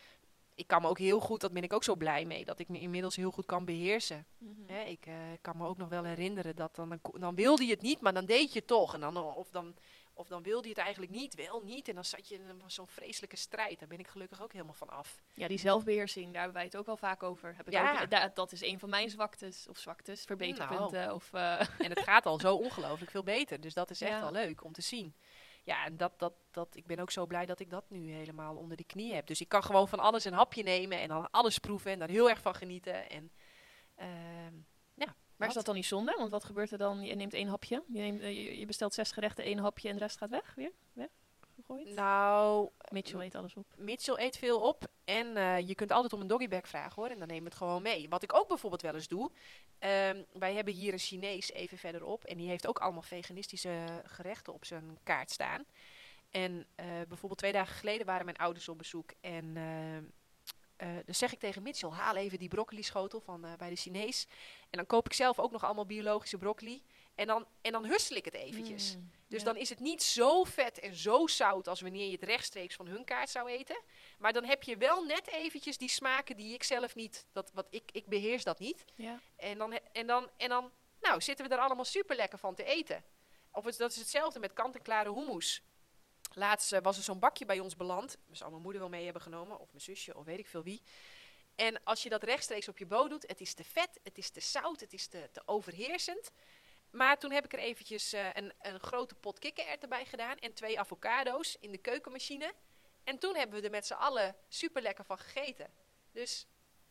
ik kan me ook heel goed, dat ben ik ook zo blij mee, dat ik me inmiddels heel goed kan beheersen. Mm-hmm. Hè, ik uh, kan me ook nog wel herinneren dat dan, dan, dan wilde je het niet, maar dan deed je het toch. En dan, of, dan, of dan wilde je het eigenlijk niet, wel niet. En dan zat je in zo'n vreselijke strijd. Daar ben ik gelukkig ook helemaal van af. Ja, die zelfbeheersing, daar hebben wij het ook wel vaak over. Heb ik ja. ook, da- dat is een van mijn zwaktes, of zwaktes, verbeterpunten. Nou. Of, uh... En het gaat al zo ongelooflijk veel beter, dus dat is echt ja. wel leuk om te zien. Ja, en dat, dat, dat, ik ben ook zo blij dat ik dat nu helemaal onder de knie heb. Dus ik kan gewoon van alles een hapje nemen en dan alles proeven en daar heel erg van genieten. En, uh, ja, maar wat? is dat dan niet zonde? Want wat gebeurt er dan? Je neemt één hapje, je, neemt, uh, je bestelt zes gerechten, één hapje en de rest gaat weg weer? Weg? Gegooid? Nou, Mitchell eet alles op. Mitchell eet veel op en uh, je kunt altijd om een doggybag vragen hoor. En dan neem je het gewoon mee. Wat ik ook bijvoorbeeld wel eens doe. Um, wij hebben hier een Chinees even verderop. En die heeft ook allemaal veganistische gerechten op zijn kaart staan. En uh, bijvoorbeeld twee dagen geleden waren mijn ouders op bezoek. En uh, uh, dan zeg ik tegen Mitchell, haal even die broccoli schotel van uh, bij de Chinees. En dan koop ik zelf ook nog allemaal biologische broccoli. En dan, en dan hussel ik het eventjes. Mm, dus ja. Dan is het niet zo vet en zo zout als wanneer je het rechtstreeks van hun kaart zou eten. Maar dan heb je wel net eventjes die smaken die ik zelf niet, dat, wat ik, ik beheers dat niet. Ja. En, dan, en, dan, en dan nou, zitten we er allemaal super lekker van te eten. Of het, dat is hetzelfde met kant-en-klare hummus. Laatst uh, was er zo'n bakje bij ons beland. Dat zou mijn moeder wel mee hebben genomen. Of mijn zusje, of weet ik veel wie. En als je dat rechtstreeks op je boot doet, het is te vet, het is te zout, het is te, te overheersend. Maar toen heb ik er eventjes uh, een, een grote pot kikkererwten bij gedaan en twee avocado's in de keukenmachine. En toen hebben we er met z'n allen super lekker van gegeten. Dus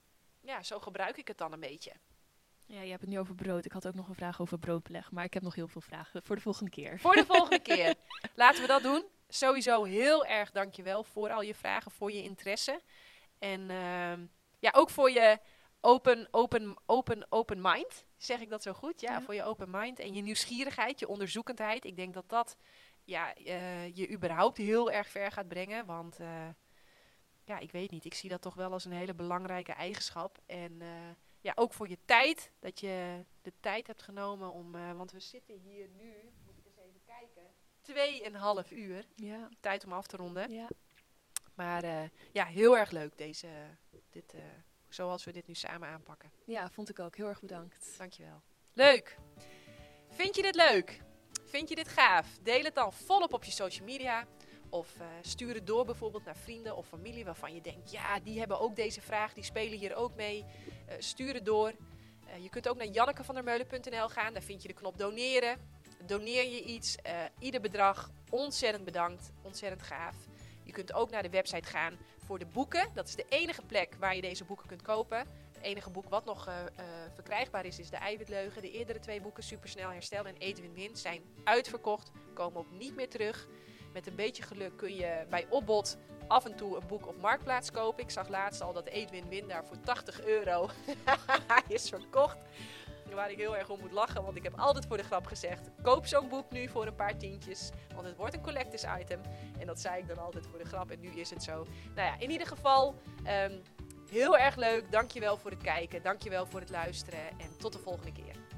ja, zo gebruik ik het dan een beetje. Ja, je hebt het nu over brood. Ik had ook nog een vraag over broodbeleg, maar ik heb nog heel veel vragen voor de volgende keer. Voor de volgende keer. Laten we dat doen. Sowieso heel erg dankjewel voor al je vragen, voor je interesse. En uh, ja, ook voor je open, open, open, open mind. Zeg ik dat zo goed? Ja, Ja. voor je open mind en je nieuwsgierigheid, je onderzoekendheid. Ik denk dat dat ja, uh, je überhaupt heel erg ver gaat brengen. Want uh, ja, ik weet niet. Ik zie dat toch wel als een hele belangrijke eigenschap. En uh, ja, ook voor je tijd. Dat je de tijd hebt genomen om... Uh, want we zitten hier nu, moet ik eens even kijken, tweeënhalf uur. Ja. Tijd om af te ronden. Ja. Maar uh, ja, heel erg leuk deze, dit, uh, zoals we dit nu samen aanpakken. Ja, vond ik ook. Heel erg bedankt. Dankjewel. Leuk. Vind je dit leuk? Vind je dit gaaf? Deel het dan volop op je social media. Of uh, stuur het door bijvoorbeeld naar vrienden of familie waarvan je denkt... ja, die hebben ook deze vraag, die spelen hier ook mee. Uh, stuur het door. Uh, je kunt ook naar jannekevandermeulen punt n l gaan. Daar vind je de knop doneren. Doneer je iets. Uh, ieder bedrag. Ontzettend bedankt. Ontzettend gaaf. Je kunt ook naar de website gaan voor de boeken. Dat is de enige plek waar je deze boeken kunt kopen. Het enige boek wat nog uh, uh, verkrijgbaar is, is De Eiwitleugen. De eerdere twee boeken, Supersnel Herstel en Eet, Win, Win, zijn uitverkocht. Komen ook niet meer terug. Met een beetje geluk kun je bij opbod af en toe een boek op Marktplaats kopen. Ik zag laatst al dat Eet, Win, Win daar voor tachtig euro is verkocht. Waar ik heel erg om moet lachen, want ik heb altijd voor de grap gezegd... koop zo'n boek nu voor een paar tientjes, want het wordt een collectors item. En dat zei ik dan altijd voor de grap en nu is het zo. Nou ja, in ieder geval, um, heel erg leuk. Dankjewel voor het kijken, dankjewel voor het luisteren en tot de volgende keer.